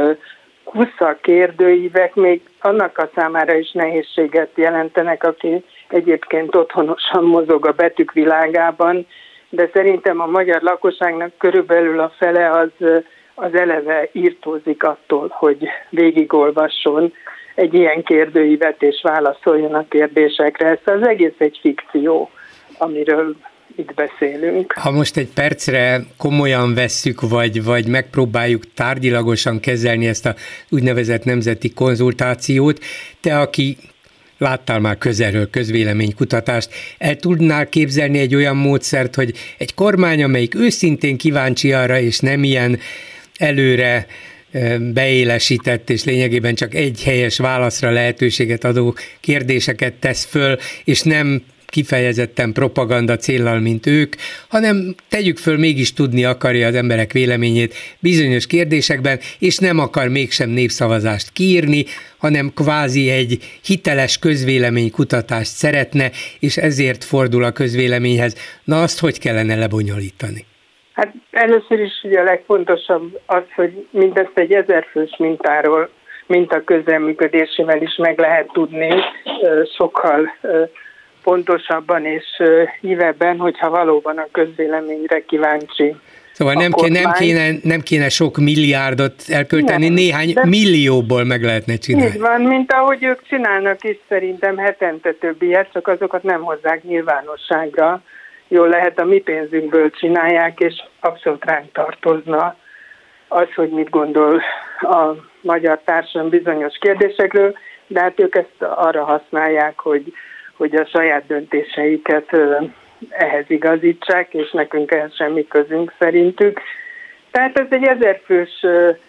kusza kérdőívek még annak a számára is nehézséget jelentenek, aki egyébként otthonosan mozog a betűk világában, de szerintem a magyar lakosságnak körülbelül a fele az, az eleve írtózik attól, hogy végigolvasson egy ilyen kérdőívet és válaszoljon a kérdésekre. Ez az egész egy fikció, amiről itt beszélünk. Ha most egy percre komolyan vesszük, vagy, vagy megpróbáljuk tárgyilagosan kezelni ezt a úgynevezett nemzeti konzultációt, te, aki láttál már közelről közvéleménykutatást, el tudnál képzelni egy olyan módszert, hogy egy kormány, amelyik őszintén kíváncsi arra, és nem ilyen előre beélesített, és lényegében csak egy helyes válaszra lehetőséget adó kérdéseket tesz föl, és nem kifejezetten propaganda céllal, mint ők, hanem tegyük föl, mégis tudni akarja az emberek véleményét bizonyos kérdésekben, és nem akar mégsem népszavazást kiírni, hanem kvázi egy hiteles közvéleménykutatást szeretne, és ezért fordul a közvéleményhez. Na azt hogy kellene lebonyolítani? Hát először is ugye a legfontosabb az, hogy mindezt egy ezerfős mintáról, minta közreműködésével is meg lehet tudni sokkal pontosabban és hívebben, hogyha valóban a közvéleményre kíváncsi. Szóval nem kéne, nem, kéne, nem kéne sok milliárdot elkölteni, nem, néhány millióból meg lehetne csinálni. Így van, mint ahogy ők csinálnak is, szerintem hetente több ilyet, csak azokat nem hozzák nyilvánosságra. Jól lehet, a mi pénzünkből csinálják, és abszolút ránk tartozna az, hogy mit gondol a magyar társadalom bizonyos kérdésekről, de hát ők ezt arra használják, hogy hogy a saját döntéseiket ehhez igazítsák, és nekünk ehhez semmi közünk szerintük. Tehát ez egy ezerfős,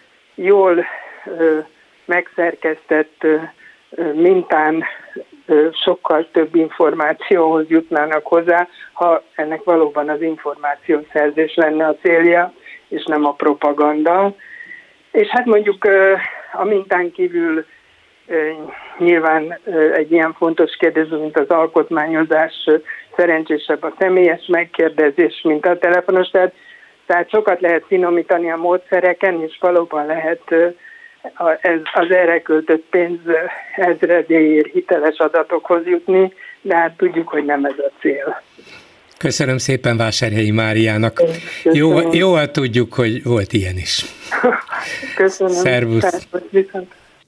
jól megszerkesztett mintán sokkal több információhoz jutnának hozzá, ha ennek valóban az információszerzés lenne a célja, és nem a propaganda. És hát mondjuk a mintán kívül nyilván egy ilyen fontos kérdés, mint az alkotmányozás, szerencsésebb a személyes megkérdezés, mint a telefonos, tehát, tehát sokat lehet finomítani a módszereken, és valóban lehet az erre költött pénz ezredéért hiteles adatokhoz jutni, de hát tudjuk, hogy nem ez a cél. Köszönöm szépen Vásárhelyi Máriának. Jó, jól tudjuk, hogy volt ilyen is. Köszönöm. Szervusz. Szervusz.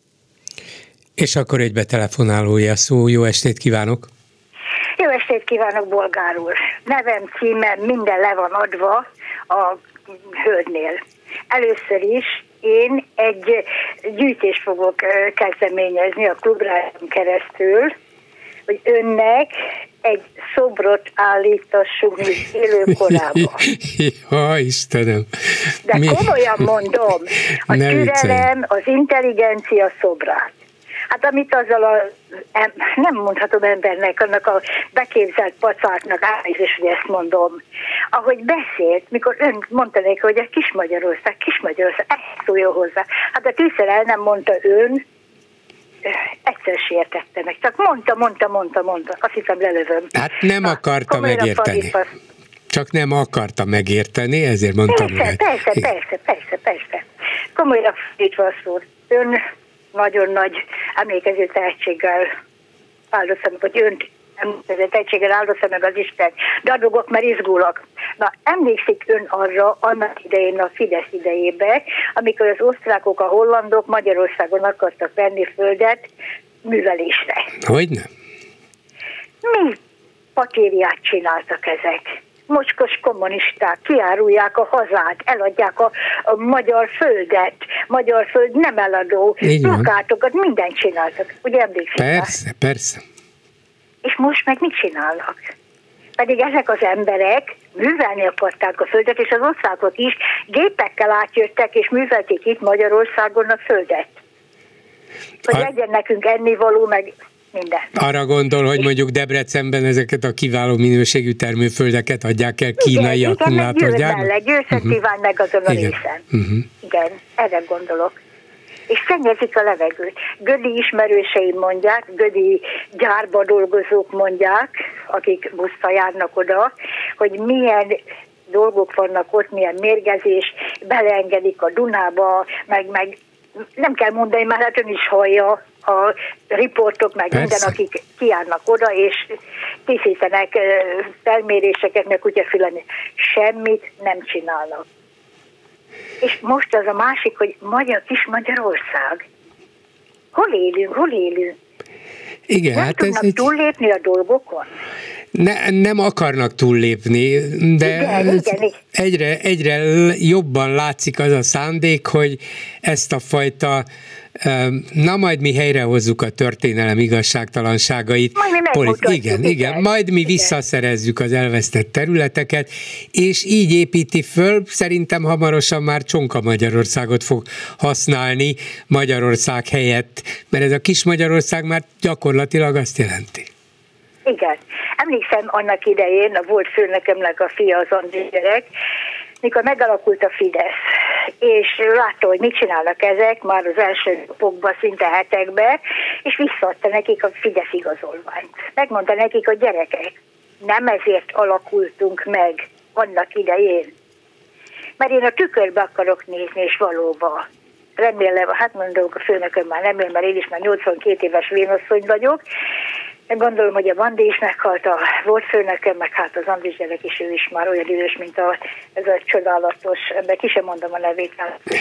És akkor egy betelefonálója szó. Jó estét kívánok! Jó estét kívánok, Bolgár úr! Nevem, címem, minden le van adva a hölgynél. Először is én egy gyűjtést fogok kezdeményezni a klubrádión keresztül, hogy önnek egy szobrot állítassunk élőkorába. Ja, Istenem! De Mi? komolyan mondom, a Ne türelem, viccelj. az intelligencia szobrát. Hát amit azzal a, nem mondhatom embernek, annak a beképzelt pacáknak, elnézést, hogy ezt mondom, ahogy beszélt, mikor ön mondta neki, hogy a Kis Magyarország, Kis Magyarország, ezt szóljon hozzá. Hát a tízszer el nem mondta ön, egyszer se értette meg. Csak mondta, mondta, mondta, mondta. Azt hiszem, lelövöm. Hát nem akarta komolyra megérteni. fadítasz. Csak nem akarta megérteni, ezért mondtam Persze, meg. persze, persze, persze, persze. Komolyra fordítva a szót. Ön nagyon nagy emlékező tehetséggel áldozta meg, hogy önt emlékező tehetséggel áldozta meg az Isten. Dadogok, mert izgulok. Na, emlékszik ön arra annak idején, a Fidesz idejébe, amikor az osztrákok, a hollandok Magyarországon akartak venni földet művelésre. Hogyne? Mi patériát csináltak ezek? Mocskos kommunisták kiárulják a hazát, eladják a, a magyar földet, magyar föld nem eladó, plakátokat, mindent csináltak. Ugye emlékszik? Persze, rá? persze. És most meg mit csinálnak? Pedig ezek az emberek művelni akarták a földet, és az osztrákok is gépekkel átjöttek, és művelték itt Magyarországon a földet. Hogy a... legyen nekünk ennivaló, meg minden. Arra gondol, hogy mondjuk Debrecenben ezeket a kiváló minőségű termőföldeket adják el kínai akkumulátorgyárnak? Igen, igen, meg Győr meg azon a részen. Uh-huh. Igen, erre gondolok. És szennyezik a levegőt. Gödi ismerőseim mondják, Gödi gyárba dolgozók mondják, akik busszal járnak oda, hogy milyen dolgok vannak ott, milyen mérgezés, beleengedik a Dunába, meg, meg nem kell mondani, már hát ön is hallja, a riportok, meg Persze. minden, akik kijárnak oda, és készítenek felméréseket, meg kutyafüleni. Semmit nem csinálnak. És most az a másik, hogy Magyar, Kis Magyarország. Hol élünk, hol élünk? Igen, nem hát tudnak ez egy... túllépni a dolgokon? Ne, nem akarnak túllépni, de igen, igen, egyre, egyre jobban látszik az a szándék, hogy ezt a fajta, na majd mi helyrehozzuk a történelem igazságtalanságait. Majd mi Polit- igen, igen, igen, majd mi igen. visszaszerezzük az elvesztett területeket, és így építi föl, szerintem hamarosan már Csonka Magyarországot fog használni Magyarország helyett, mert ez a Kis Magyarország már gyakorlatilag azt jelenti. Igen. Emlékszem annak idején, a volt főnökömnek a fia, az Andris gyerek, mikor megalakult a Fidesz, és látta, hogy mit csinálnak ezek, már az első napokban, szinte hetekben, és visszaadta nekik a Fidesz igazolványt. Megmondta nekik, a gyerekek, nem ezért alakultunk meg annak idején, mert én a tükörbe akarok nézni, és valóban. Remélem, hát mondom, a főnököm már nem él, mert én is már nyolcvankét éves vénasszony vagyok. Gondolom, hogy a Bandi is meghalt, a volt főnököm, meg hát az Andris gyerek is, ő is már olyan idős, mint a, ez a csodálatos, ebben ki sem mondom a nevét.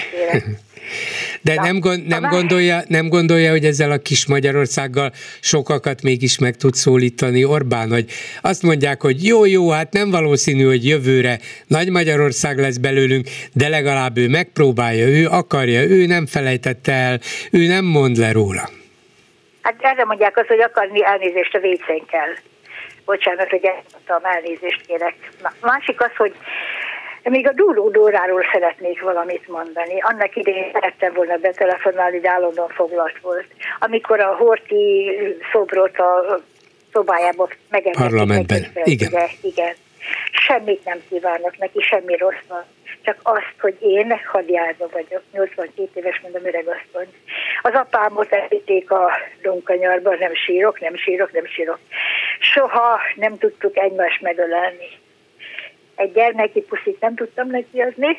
De Na, nem, gond, nem, gondolja, nem gondolja, hogy ezzel a Kis Magyarországgal sokakat mégis meg tud szólítani Orbán, hogy azt mondják, hogy jó, jó, hát nem valószínű, hogy jövőre Nagy Magyarország lesz belőlünk, de legalább ő megpróbálja, ő akarja, ő nem felejtette el, ő nem mond le róla. Hát erre mondják azt, hogy akarni elnézést a vécén kell. Bocsánat, hogy elmondtam, elnézést kérek. Na, másik az, hogy még a Dúró Dóráról szeretnék valamit mondani. Annak idején szerettem volna betelefonálni, de állandóan foglalt volt. Amikor a Horthy szobrot a szobájába megengedték. Parlamentben, igen. igen. Igen. Semmit nem kívánok neki, semmi rosszat. Csak azt, hogy én hadjárba vagyok, nyolcvankét éves, mondom, öregasszony. Az apámot elvitték a Donkanyarba, nem sírok, nem sírok, nem sírok. Soha nem tudtuk egymást megölelni. Egy gyermeki puszit nem tudtam neki adni.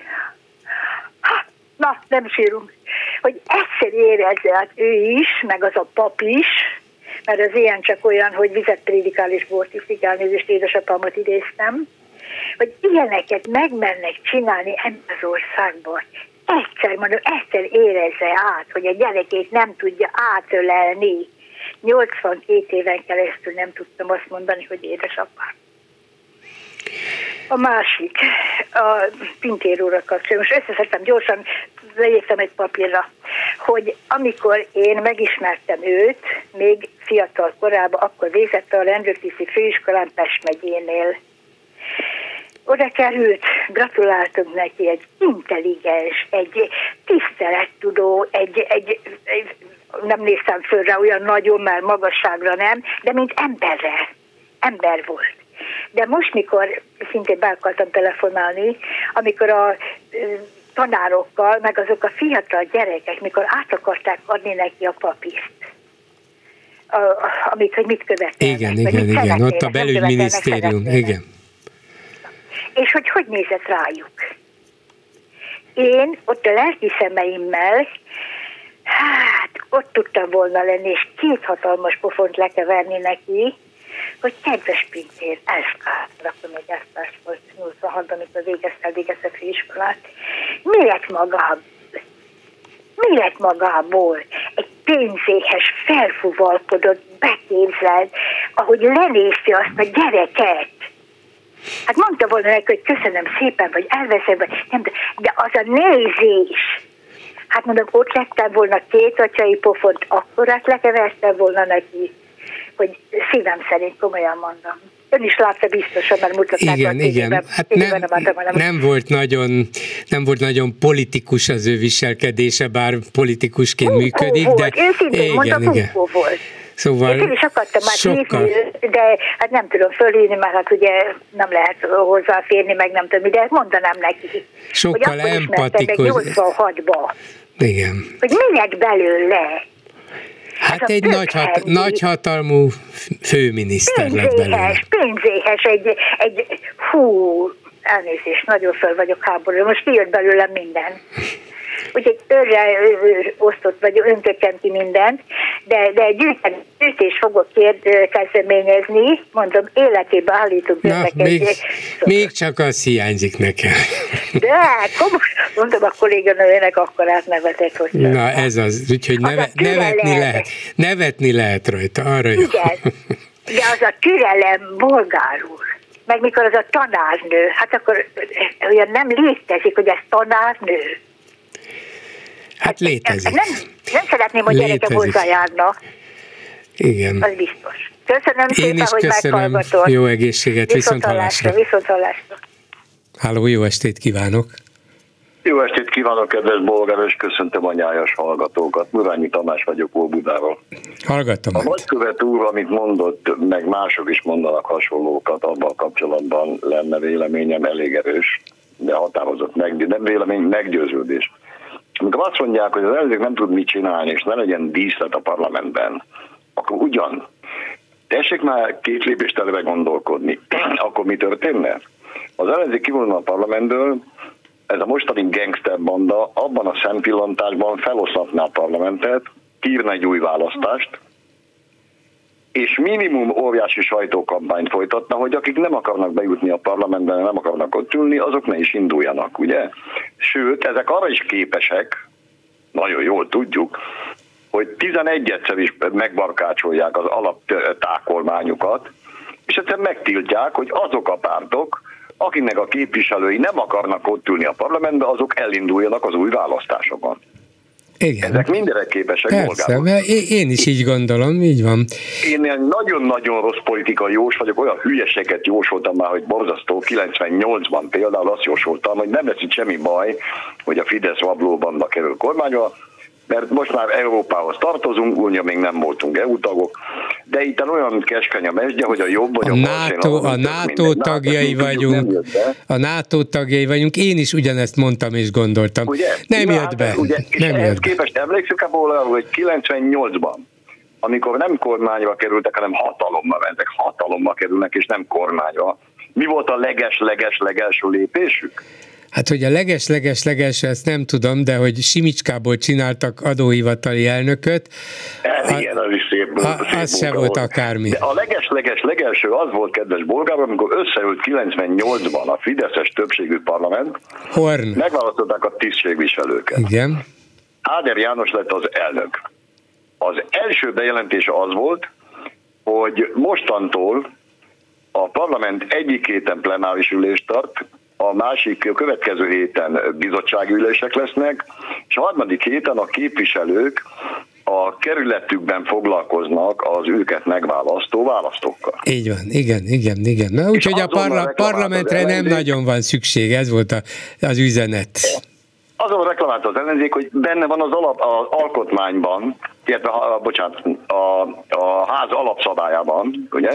Na, nem sírunk. Hogy egyszer érezze, hát ő is, meg az a pap is, mert az ilyen csak olyan, hogy vizet prédikál és bort iszik, elnézést, édesapámat idéztem, hogy ilyeneket megmennek csinálni ebben az országban. Egyszer, mondom, egyszer érezze át, hogy a gyerekét nem tudja átölelni. nyolcvankét éven keresztül nem tudtam azt mondani, hogy édesapám. A másik, a Pintér úrral kapcsolatban, most összeszedtem gyorsan, leírtam egy papírra, hogy amikor én megismertem őt, még fiatal korában, akkor végzett a rendőrtiszi főiskolán Pest megyénél. Oda került, gratuláltunk neki, egy intelligens, egy tisztelettudó, egy, egy, egy nem néztem föl rá olyan nagyon, mert magasságra nem, de mint emberre, ember volt. De most, mikor szintén be akartam telefonálni, amikor a tanárokkal, meg azok a fiatal gyerekek, mikor át akarták adni neki a papírt, a, amit, hogy mit követelnek. Igen, igen, igen, ott a belügyminisztérium, igen. És hogy hogy nézett rájuk. Én ott a lelki szemeimmel, hát ott tudtam volna lenni, és két hatalmas pofont lekeverni neki, hogy kedves Pintér, elszkált, akkor még elszkált volt nyolcvanhatban, amikor végezte, végezte a főiskolát. Mi lett magából? Mi lett magából? Egy pénzéhes, felfúvalkodott, beképzelt, ahogy lenézte azt a gyereket. Hát mondta volna neki, hogy köszönöm szépen, vagy elveszem, vagy nem, de az a nézés. Hát mondom, ott lettem volna két atyai pofont, akkorát lekevertem volna neki, hogy szívem szerint komolyan mondom. Ön is látta biztosan, mert mutatták. Igen, igen. Hát nem, nem, volt nagyon, nem volt nagyon politikus az ő viselkedése, bár politikusként hú, működik, hú, de... Őszintén mondom, igen. volt. Szóval én is akartam már sokkal... hívni, de hát nem tudom fölhívni, mert hát ugye nem lehet hozzáférni, meg nem tudom, de mondanám neki. Sokkal empatikus. nyolcvanhatban. Igen. Hogy mi lett belőle? Hát egy nagy nagyhatalmú főminiszter lett belőle. Pénzéhes, egy, egy hú, elnézést, nagyon föl vagyok háború, most kijött belőlem minden. Úgyhogy őre osztott, vagy öntöttem ki mindent, de, de gyűjtés fogok kérd, kezdeményezni, mondom, életébe állítunk önnek még, egy... Még csak az hiányzik nekem. De komoly, mondom, a kolléganőjének akkor átnevetett, hogy... Na ez az, úgyhogy neve, az nevetni lehet, nevetni lehet rajta, arra jó. Igen, de az a türelem, bolgár úr, meg mikor az a tanárnő, hát akkor olyan nem létezik, hogy ez tanárnő. Hát létezik. Nem, nem szeretném, hogy gyerekem hozzájárna. Igen. Az biztos. Köszönöm Én szépen, is hogy köszönöm. meghallgatod. Jó egészséget, viszont hallásra. Viszont hallásra. Háló, jó estét kívánok. Jó estét kívánok, kedves bolgár, és köszöntöm a nyájas hallgatókat. Murányi Tamás vagyok Óbudáról. Hallgattam. A nagykövet úr, amit mondott, meg mások is mondanak hasonlókat, abban a kapcsolatban lenne véleményem elég erős, de határozott meg, nem vélemény, meggyőződés. Amikor azt mondják, hogy az ellenzék nem tud mit csinálni, és ne legyen díszlet a parlamentben, akkor ugyan, tessék már két lépést előre gondolkodni, akkor mi történne? Az ellenzék kivonulna a parlamentből, ez a mostani gangster banda abban a szempillantásban feloszlatná a parlamentet, kiírna egy új választást, és minimum óriási sajtókampányt folytatna, hogy akik nem akarnak bejutni a parlamentben, nem akarnak ott ülni, azok ne is induljanak, ugye? Sőt, ezek arra is képesek, nagyon jól tudjuk, hogy tizenegyszer is megbarkácsolják az alaptákolmányukat, és egyszerűen megtiltják, hogy azok a pártok, akiknek a képviselői nem akarnak ott ülni a parlamentben, azok elinduljanak az új választásokon. Igen. Ezek mindenre képesek. Persze, mert én is így gondolom, így van. Én nagyon-nagyon rossz politikai jós vagyok, olyan hülyeseket jósoltam már, hogy borzasztó, kilencvennyolcban például azt jósoltam, hogy nem lesz itt semmi baj, hogy a Fidesz rablóbanda kerül kormányba, mert most már Európához tartozunk, ugye még nem voltunk é u tagok, de itt olyan keskeny a mesdje, hogy a jobb vagy a, a NATO, a NATO tagjai vagyunk, a NATO tagjai vagyunk, én is ugyanezt mondtam és gondoltam. Ugye? Nem Na, jött hát, be. Ugye, nem és jött be. képest emlékszük abból, hogy kilencvennyolcban, amikor nem kormányba kerültek, hanem hatalomba mentek, hatalomba kerülnek és nem kormányba. Mi volt a leges-leges-legelső lépésük? Hát, hogy a leges-leges-leges, ezt nem tudom, de hogy Simicskából csináltak adóhivatali elnököt. Ez igen, az is szép, a, szép az se volt, volt akármi. De a leges-leges-legelső az volt, kedves Bolgár, amikor összeült kilencvennyolcban a fideszes többségű parlament, Horn. megválasztották a tisztségviselőket. Igen. Áder János lett az elnök. Az első bejelentése az volt, hogy mostantól a parlament egyik héten plenáris ülést tart, a másik, a következő héten bizottsági ülések lesznek, és a harmadik héten a képviselők a kerületükben foglalkoznak az őket megválasztó választókkal. Így van, igen, igen, igen. Úgyhogy a parla- parlamentre nem nagyon van szükség, ez volt a, az üzenet. Azon reklamált az ellenzék, hogy benne van az, alap, az alkotmányban, illetve, bocsánat, a, a ház alapszabályában, ugye,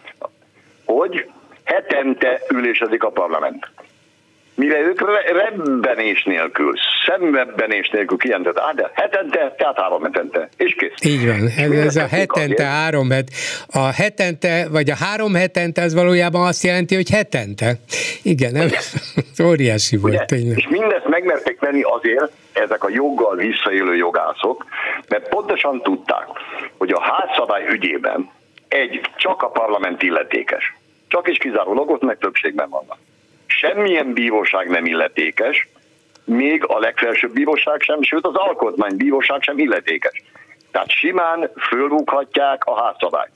hogy hetente ülésezik a parlament. Mire ők rebbenés nélkül, szemrebbenés nélkül kijelentett, á, de hetente, tehát három hetente, és kész. Így van, ez, ez a hetente, három het, a hetente, vagy a három hetente, ez valójában azt jelenti, hogy hetente. Igen, ez óriási volt. Tényleg. És mindezt megmerték tenni azért, ezek a joggal visszaélő jogászok, mert pontosan tudták, hogy a házszabály ügyében egy, csak a parlament illetékes. Csak és kizárólag ott meg többségben vannak. Semmilyen bíróság nem illetékes, még a legfelsőbb bíróság sem, sőt az alkotmánybíróság sem illetékes. Tehát simán fölrúghatják a házszabályt.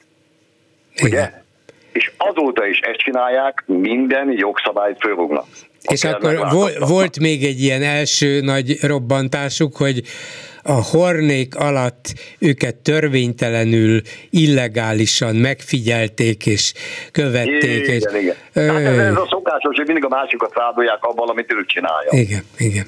Ugye? És azóta is ezt csinálják, minden jogszabályt fölrúgnak. És akkor vol- volt még egy ilyen első nagy robbantásuk, hogy a Hornék alatt őket törvénytelenül, illegálisan megfigyelték és követték. Igen, és, igen. Ö... Hát ez, ez a szokásos, hogy mindig a másikat vádolják abban, amit ők csinálja. Igen, igen.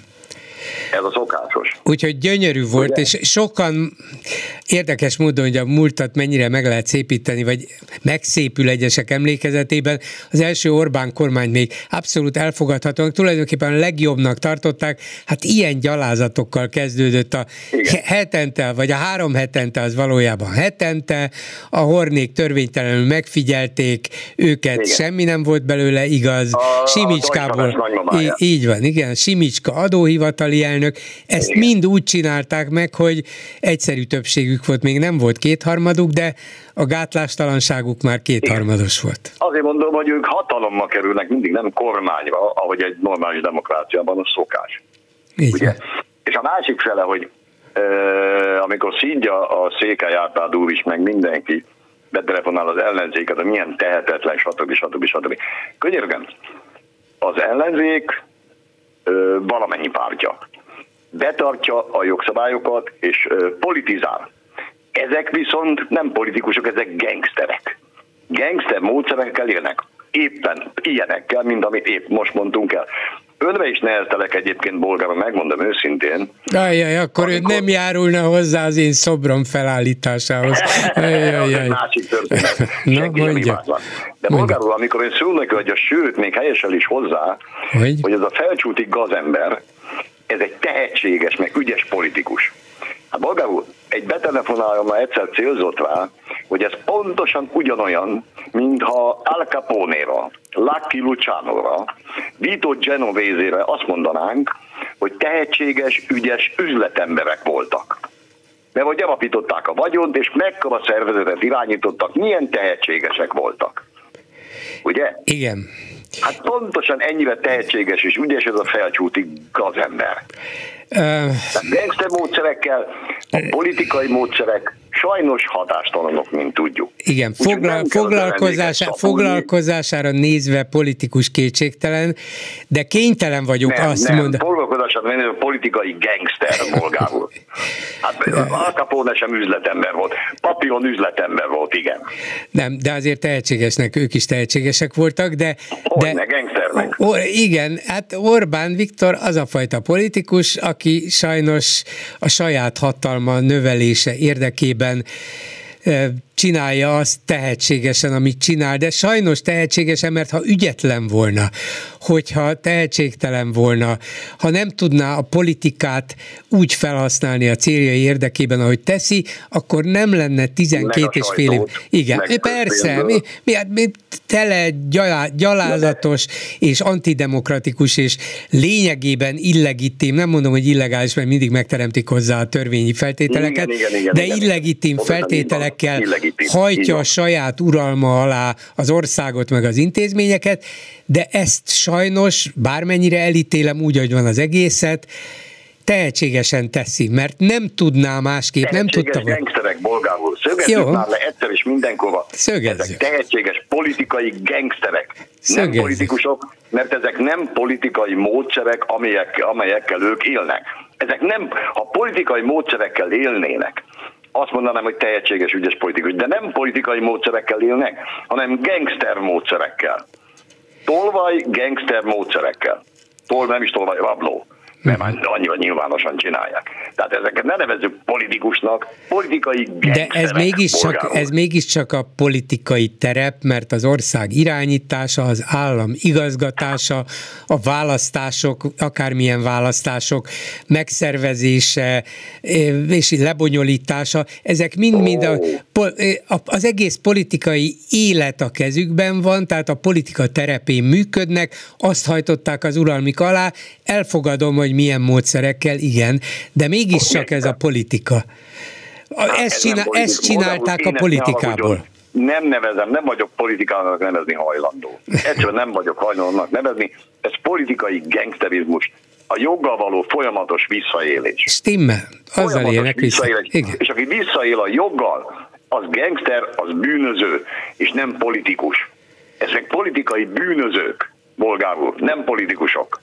Ez a szokásos. Úgyhogy gyönyörű volt, ugye? És sokan érdekes módon, hogy a múltat mennyire meg lehet szépíteni, vagy megszépül egyesek emlékezetében. Az első Orbán kormány még abszolút elfogadhatónak, tulajdonképpen a legjobbnak tartották, hát ilyen gyalázatokkal kezdődött a igen. hetente, vagy a három hetente, az valójában hetente, a Hornék törvénytelenül megfigyelték, őket igen. semmi nem volt belőle igaz, a, Simicskából, a í- így van, igen, Simicska adóhivatali elnök, ezt igen. mind úgy csinálták meg, hogy egyszerű többségük volt, még nem volt kétharmaduk, de a gátlástalanságuk már kétharmados volt. Azért mondom, hogy ők hatalommal kerülnek mindig, nem kormányra, ahogy egy normális demokráciában a szokás. Így ugye? És a másik fele, hogy e, amikor szídja a Székely Árpád úr is, meg mindenki betelefonál az ellenzéket, hogy milyen tehetetlen, stb. stb. stb. Könyörgöm, az ellenzék ö, valamennyi pártja betartja a jogszabályokat és ö, politizál. Ezek viszont nem politikusok, ezek gengszterek. Gengszter módszerekkel élnek. Éppen ilyenekkel, mint amit épp most mondtunk el. Önre is neheztelek egyébként, Bolgáron, megmondom őszintén. Ajjaj, akkor amikor... ő nem járulna hozzá az én szobrom felállításához. Ajjaj, az egy másik történet. Na, mondja. De Bolgáról, amikor én szólnak, hogy a sőt, még helyesel is hozzá, hogy, hogy ez a felcsúti gazember, ez egy tehetséges, meg ügyes politikus. Hát Bolgáról, egy betelefonálommal egyszer célzott rá, hogy ez pontosan ugyanolyan, mintha Al Capone-ra, Lucky Luciano-ra, Vito Genovese-re azt mondanánk, hogy tehetséges, ügyes üzletemberek voltak. Mert hogy alapították a vagyont, és mekkora szervezetet irányítottak, milyen tehetségesek voltak. Ugye? Igen. Hát pontosan ennyire tehetséges és ügyes ez a felcsúti gazember. Uh, Tehát gangster módszerekkel, a politikai módszerek sajnos hatástalanok, mint tudjuk. Igen, foglal, foglalkozásá, foglalkozására nézve politikus kétségtelen, de kénytelen vagyunk nem, azt nem, mondani. Foglalkozására nézve politikai gangster Bolgából. Hát Al Capone sem üzletember volt, Papillon üzletember volt, igen. Nem, de azért tehetségesnek, ők is tehetségesek voltak, de... Hogyne, de gangsternek. Or, igen, hát Orbán Viktor az a fajta politikus, aki sajnos a saját hatalma növelése érdekében csinálja azt tehetségesen, amit csinál, de sajnos tehetségesen, mert ha ügyetlen volna, hogyha tehetségtelen volna, ha nem tudná a politikát úgy felhasználni a céljai érdekében, ahogy teszi, akkor nem lenne tizenkét és fél év. Igen, persze, mi, mi, mi tele gyalá, gyalázatos és antidemokratikus és lényegében illegitim, nem mondom, hogy illegális, mert mindig megteremtik hozzá a törvényi feltételeket, igen, igen, igen, de igen, illegitim igen. feltételekkel illegitim. hajtja a saját uralma alá az országot meg az intézményeket, de ezt sajnos, bármennyire elítélem úgy, hogy van az egészet, tehetségesen teszi, mert nem tudná másképp, nem tudta. Tehetséges gengszterek, bolgárul. Szögezzük már le egyszer és mindenkova. Szögezzük. Ezek tehetséges politikai gengszterek. Nem politikusok, mert ezek nem politikai módszerek, amelyek, amelyekkel ők élnek. Ezek nem, ha politikai módszerekkel élnének, azt mondanám, hogy tehetséges, ügyes politikus, de nem politikai módszerekkel élnek, hanem gengszter módszerekkel. Tolvaj gengszter módszerekkel. Tol, nem is tolvaj, rabló. Mert annyira nyilvánosan csinálják. Tehát ezeket ne nevezzük politikusnak, politikai gengszterek. De ez mégiscsak, ez mégiscsak a politikai terep, mert az ország irányítása, az állam igazgatása, a választások, akármilyen választások megszervezése és lebonyolítása, ezek mind-mind a, az egész politikai élet a kezükben van, tehát a politika terepén működnek, azt hajtották az uralmik alá, elfogadom, hogy milyen módszerekkel, igen, de mégiscsak ez a politika. Ezt, csinál, politika. ezt csinálták a politikából. Nem nevezem, nem vagyok politikának nevezni hajlandó. Egyszerűen nem vagyok hajlandónak nevezni, ez politikai gengszterizmus. A joggal való folyamatos visszaélés. Stimmel, azzal élnek vissza. És aki visszaél a joggal, az gengszter, az bűnöző, és nem politikus. Ezek politikai bűnözők, bolgárul, nem politikusok.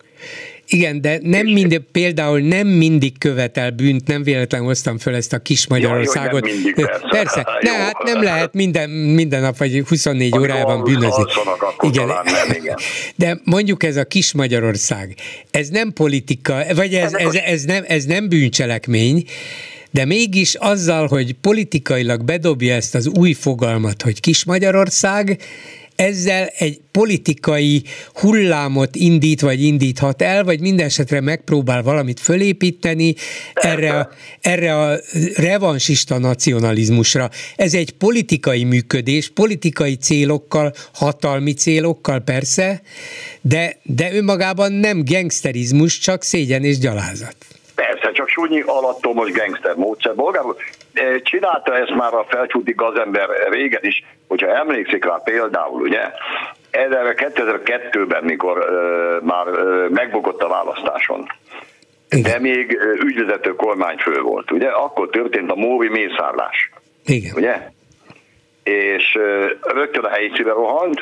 Igen, de nem mindig, például nem mindig követel bűnt, nem véletlenül hoztam föl ezt a kis Magyarországot. Jó, mindig, persze. persze. Ne, hát nem lehet minden, minden nap vagy huszonnégy Amikor órában bűnözni. Igen. Nem, igen. De mondjuk ez a kis Magyarország, ez nem politika, vagy ez, ez, ez, nem, ez nem bűncselekmény, de mégis azzal, hogy politikailag bedobja ezt az új fogalmat, hogy kis Magyarország, ezzel egy politikai hullámot indít, vagy indíthat el, vagy mindenesetre megpróbál valamit fölépíteni erre a, erre a revansista nacionalizmusra. Ez egy politikai működés, politikai célokkal, hatalmi célokkal persze, de, de önmagában nem gengszterizmus, csak szégyen és gyalázat. Persze, csak súnyi alattomos gengszter módszer. Bolgárul csinálta ezt már a felcsúti gazember régen is, hogyha emlékszik rá például, ugye, kétezer-kettőben, mikor uh, már uh, megbukott a választáson, igen. de még uh, ügyvezető kormányfő volt, ugye, akkor történt a móri mészárlás, igen. ugye, és uh, rögtön a helyszínre rohant,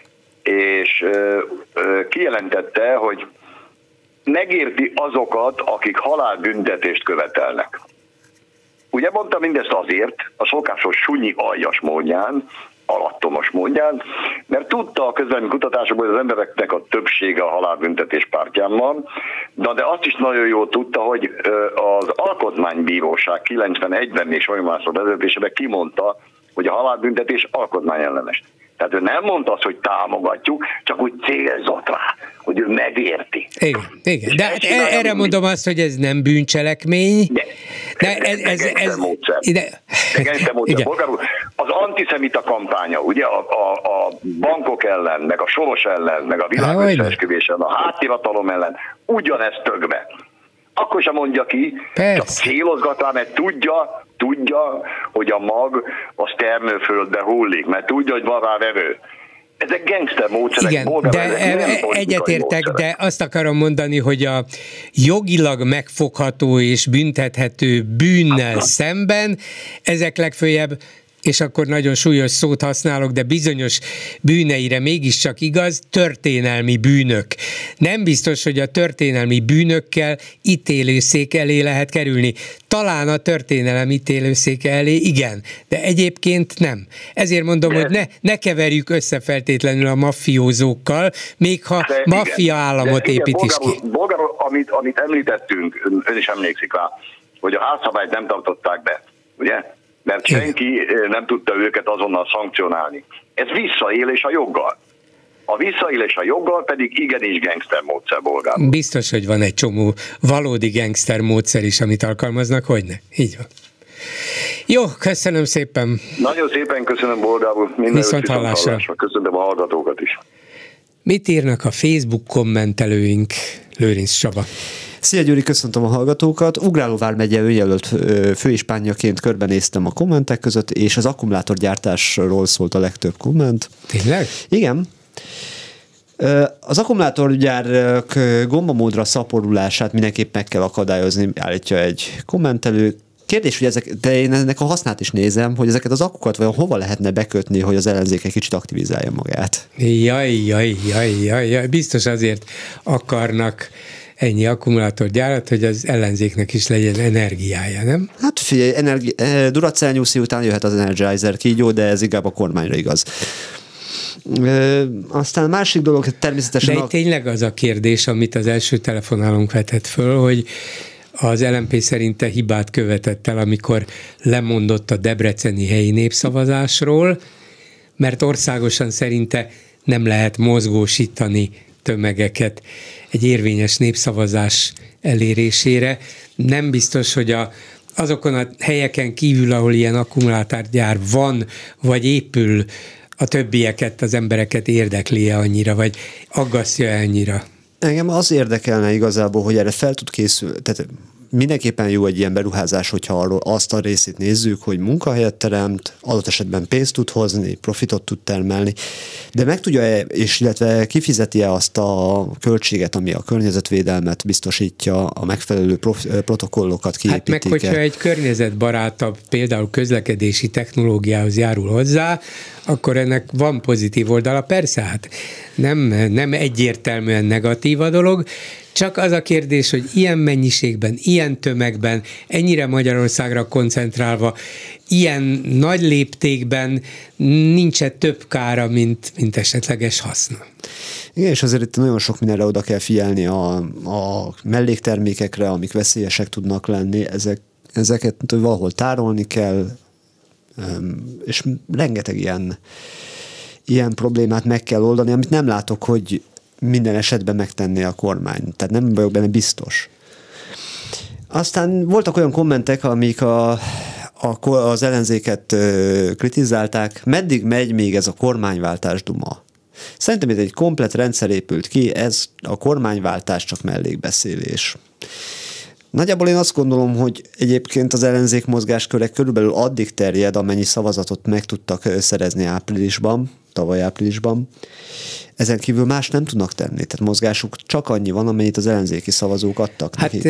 és uh, uh, kijelentette, hogy megérti azokat, akik halálbüntetést követelnek. Ugye mondta mindezt azért, a szokásos sunyi aljas módján, alattomos módján, mert tudta a közvélemény kutatásokból, hogy az embereknek a többsége a halálbüntetés pártján van, de, de azt is nagyon jól tudta, hogy az Alkotmánybíróság kilencvenegyben és Olymászor vezetésében kimondta, hogy a halálbüntetés alkotmányellenes. Tehát ő nem mondta azt, hogy támogatjuk, csak úgy célzott rá, hogy ő megérti. Igen, igen. De hát erre mondom azt, hogy ez nem bűncselekmény. De, de ez, ez, ez, ez módszer. De, de módszer. Bolgárul, az antiszemita kampánya, ugye a, a, a bankok ellen, meg a Soros ellen, meg a világösszeesküvés ellen, a háttérhatalom ellen, ugyanezt tökbe. Akkor sem mondja ki, persze. Csak célozgatá, mert tudja, tudja, hogy a mag az termőföldbe hullik, mert tudja, hogy van rá vevő. Ezek gangster módszerek. Igen, de egyetértek, de azt akarom mondani, hogy a jogilag megfogható és büntethető bűnnel szemben ezek legfőjebb, és akkor nagyon súlyos szót használok, de bizonyos bűneire mégiscsak igaz, történelmi bűnök. Nem biztos, hogy a történelmi bűnökkel ítélőszék elé lehet kerülni. Talán a történelem ítélőszéke elé igen, de egyébként nem. Ezért mondom, de, hogy ne, ne keverjük össze feltétlenül a maffiózókkal, még ha de maffia igen, államot de épít igen, is ki. Bolgár, amit, amit említettünk, ön is emlékszik rá, hogy a házszabályt nem tartották be, ugye? mert senki nem tudta őket azonnal szankcionálni. Ez visszaélés a joggal. A visszaélés a joggal pedig igenis gangster módszer, Bolgár. Biztos, hogy van egy csomó valódi gangster módszer is, amit alkalmaznak, hogyne? Így van. Jó, köszönöm szépen. Nagyon szépen köszönöm, Bolgár úr. Minden viszont hallásra. hallásra. Köszönöm a hallgatókat is. Mit írnak a Facebook kommentelőink? Lőrinc Csaba. Szia Gyuri, köszöntöm a hallgatókat. Ugráló vármegye önjelölt főispánjaként körbenéztem a kommentek között, és az akkumulátorgyártásról szólt a legtöbb komment. Tényleg? Igen. Az akkumulátorgyárak gombamódra szaporulását mindenképp meg kell akadályozni, állítja egy kommentelő. Kérdés, hogy ezek, de én ennek a hasznát is nézem, hogy ezeket az akkukat vajon hova lehetne bekötni, hogy az ellenzék egy kicsit aktivizálja magát. Jaj, jaj, jaj, jaj, jaj. Biztos azért akarnak ennyi akkumulátorgyárat, hogy az ellenzéknek is legyen energiája, nem? Hát figyelj, energi- Duracell nyuszi után jöhet az Energizer kígyó, de ez inkább a kormányra igaz. Ö, aztán a másik dolog természetesen... De a... tényleg az a kérdés, amit az első telefonálónk vetett föl, hogy az el em pé szerint te hibát követett el, amikor lemondott a debreceni helyi népszavazásról, mert országosan szerinte nem lehet mozgósítani tömegeket egy érvényes népszavazás elérésére. Nem biztos, hogy a, azokon a helyeken kívül, ahol ilyen akkumulátorgyár van, vagy épül, a többieket, az embereket érdekli-e annyira, vagy aggasztja annyira? Engem az érdekelne igazából, hogy erre fel tud készülni, tehát mindenképpen jó egy ilyen beruházás, hogyha arról azt a részét nézzük, hogy munkahelyet teremt, adott esetben pénzt tud hozni, profitot tud termelni, de meg tudja, és illetve kifizeti-e azt a költséget, ami a környezetvédelmet biztosítja, a megfelelő protokollokat kiépítik. Hát meg, hogyha egy környezetbarátabb, például közlekedési technológiához járul hozzá, akkor ennek van pozitív oldala. Persze, hát nem, nem egyértelműen negatív a dolog, csak az a kérdés, hogy ilyen mennyiségben, ilyen tömegben, ennyire Magyarországra koncentrálva, ilyen nagy léptékben nincs több kára, mint, mint esetleges haszna. Igen, és azért itt nagyon sok mindenre oda kell figyelni a, a melléktermékekre, amik veszélyesek tudnak lenni, ezek, ezeket valahol tárolni kell, és rengeteg ilyen, ilyen problémát meg kell oldani, amit nem látok, hogy minden esetben megtenné a kormány. Tehát nem vagyok benne biztos. Aztán voltak olyan kommentek, amik a, a, az ellenzéket ö, kritizálták. Meddig megy még ez a kormányváltás duma? Szerintem itt egy komplett rendszer épült ki, ez a kormányváltás csak mellékbeszélés. Nagyjából én azt gondolom, hogy egyébként az ellenzék mozgásköre körülbelül addig terjed, amennyi szavazatot meg tudtak szerezni áprilisban, tavaly áprilisban. Ezen kívül más nem tudnak tenni, tehát mozgásuk csak annyi van, amennyit az ellenzéki szavazók adtak hát, nekik.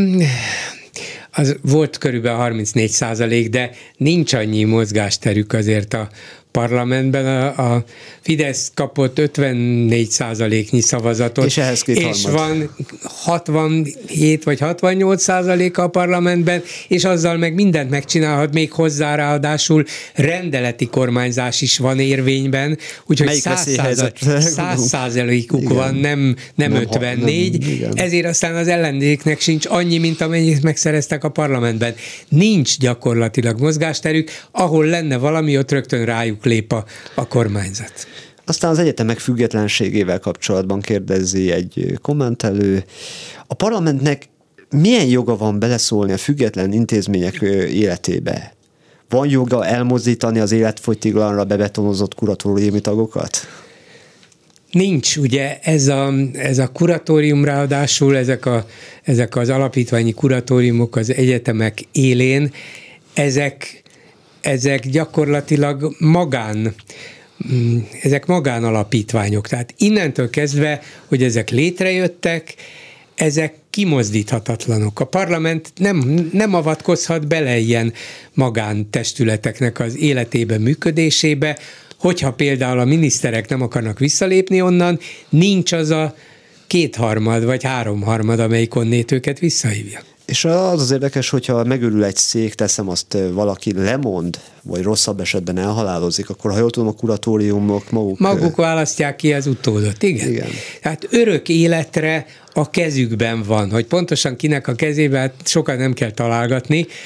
Az volt körülbelül harmincnégy százalék, de nincs annyi mozgásterük azért a parlamentben. A, a Fidesz kapott ötvennégy százaléknyi szavazatot, és, ehhez és van hatvanhét vagy hatvannyolc százaléka a parlamentben, és azzal meg mindent megcsinálhat, még hozzá ráadásul rendeleti kormányzás is van érvényben, úgyhogy száz százalékuk van, nem, nem, nem ötvennégy, nem, ezért aztán az ellenzéknek sincs annyi, mint amennyit megszereztek a parlamentben. Nincs gyakorlatilag mozgásterük, ahol lenne valami, ott rögtön rájuk lép a, a kormányzat. Aztán az egyetemek függetlenségével kapcsolatban kérdezi egy kommentelő. A parlamentnek milyen joga van beleszólni a független intézmények életébe? Van joga elmozdítani az életfogytiglanra bebetonozott kuratóriumi tagokat? Nincs, ugye ez a, ez a kuratórium, ráadásul ezek, a, ezek az alapítványi kuratóriumok az egyetemek élén, ezek ezek gyakorlatilag magán, ezek magánalapítványok. Tehát innentől kezdve, hogy ezek létrejöttek, ezek kimozdíthatatlanok. A parlament nem, nem avatkozhat bele ilyen magántestületeknek az életébe, működésébe, hogyha például a miniszterek nem akarnak visszalépni onnan, nincs az a kétharmad vagy háromharmad, amelyik onnét őket visszahívja. És az az érdekes, hogyha megörül egy szék, teszem azt, valaki lemond, vagy rosszabb esetben elhalálozik, akkor ha jól tudom, a kuratóriumok maguk... Maguk választják ki az utódot, igen. igen. Tehát örök életre a kezükben van, hogy pontosan kinek a kezében, hát sokat nem kell találgatni,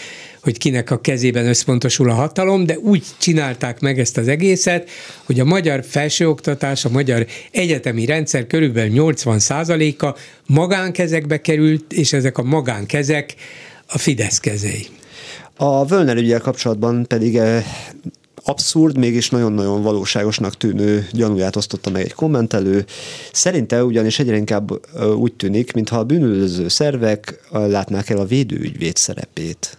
hogy kinek a kezében összpontosul a hatalom, de úgy csinálták meg ezt az egészet, hogy a magyar felsőoktatás, a magyar egyetemi rendszer körülbelül nyolcvan százaléka magánkezekbe került, és ezek a magánkezek a Fidesz kezei. A Völner üggyel kapcsolatban pedig abszurd, mégis nagyon-nagyon valóságosnak tűnő gyanúját osztotta meg egy kommentelő. Szerinte ugyanis egyre inkább úgy tűnik, mintha a bűnüldöző szervek látnák el a védőügyvéd szerepét.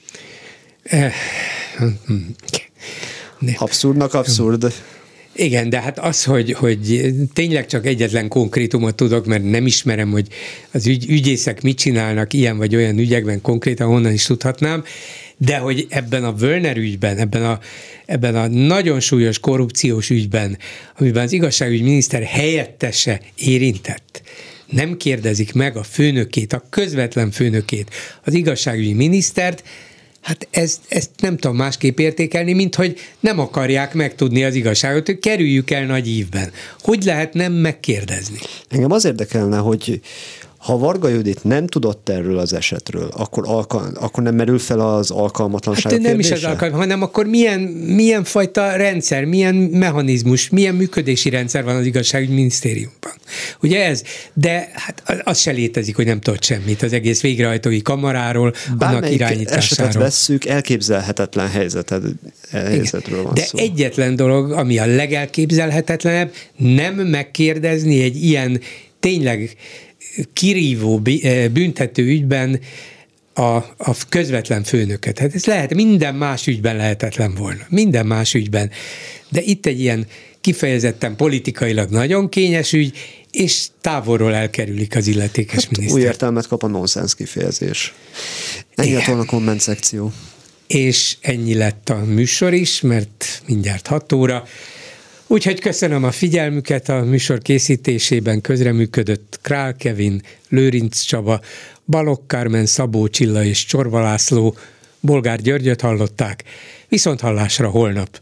Abszurdnak abszurd. Igen, de hát az, hogy, hogy tényleg csak egyetlen konkrétumot tudok, mert nem ismerem, hogy az ügy, ügyészek mit csinálnak ilyen vagy olyan ügyekben konkrétan, honnan is tudhatnám, de hogy ebben a Völner ügyben, ebben a, ebben a nagyon súlyos korrupciós ügyben, amiben az igazságügyminiszter helyettese érintett, nem kérdezik meg a főnökét, a közvetlen főnökét, az igazságügyi minisztert, hát ezt, ezt nem tudom másképp értékelni, mint hogy nem akarják megtudni az igazságot, hogy kerüljük el nagy ívben. Hogy lehet nem megkérdezni? Engem az érdekelne, hogy ha Varga Judit nem tudott erről az esetről, akkor, alkal, akkor nem merül fel az alkalmatlanság hát kérdése? Nem is az alkalmat, hanem akkor milyen, milyen fajta rendszer, milyen mechanizmus, milyen működési rendszer van az igazságügyi minisztériumban. Ugye ez? De hát az se létezik, hogy nem tudott semmit az egész végrehajtói kamaráról, annak irányításáról. Esetet vesszük, elképzelhetetlen helyzeted, helyzetről van De szó. egyetlen dolog, ami a legelképzelhetetlenebb, nem megkérdezni egy ilyen tényleg kirívó büntető ügyben a, a közvetlen főnököt. Hát ez lehet, minden más ügyben lehetetlen volna. Minden más ügyben. De itt egy ilyen kifejezetten politikailag nagyon kényes ügy, és távolról elkerülik az illetékes hát miniszter. Új értelmet kap a nonsens kifejezés. Ennyi lett volna a komment szekció. És ennyi lett a műsor is, mert mindjárt hat óra. Úgyhogy köszönöm a figyelmüket, a műsor készítésében közreműködött Král Kevin, Lőrinc Csaba, Balogh Kármen, Szabó Csilla és Csorba László, Bolgár Györgyöt hallották, viszont hallásra holnap.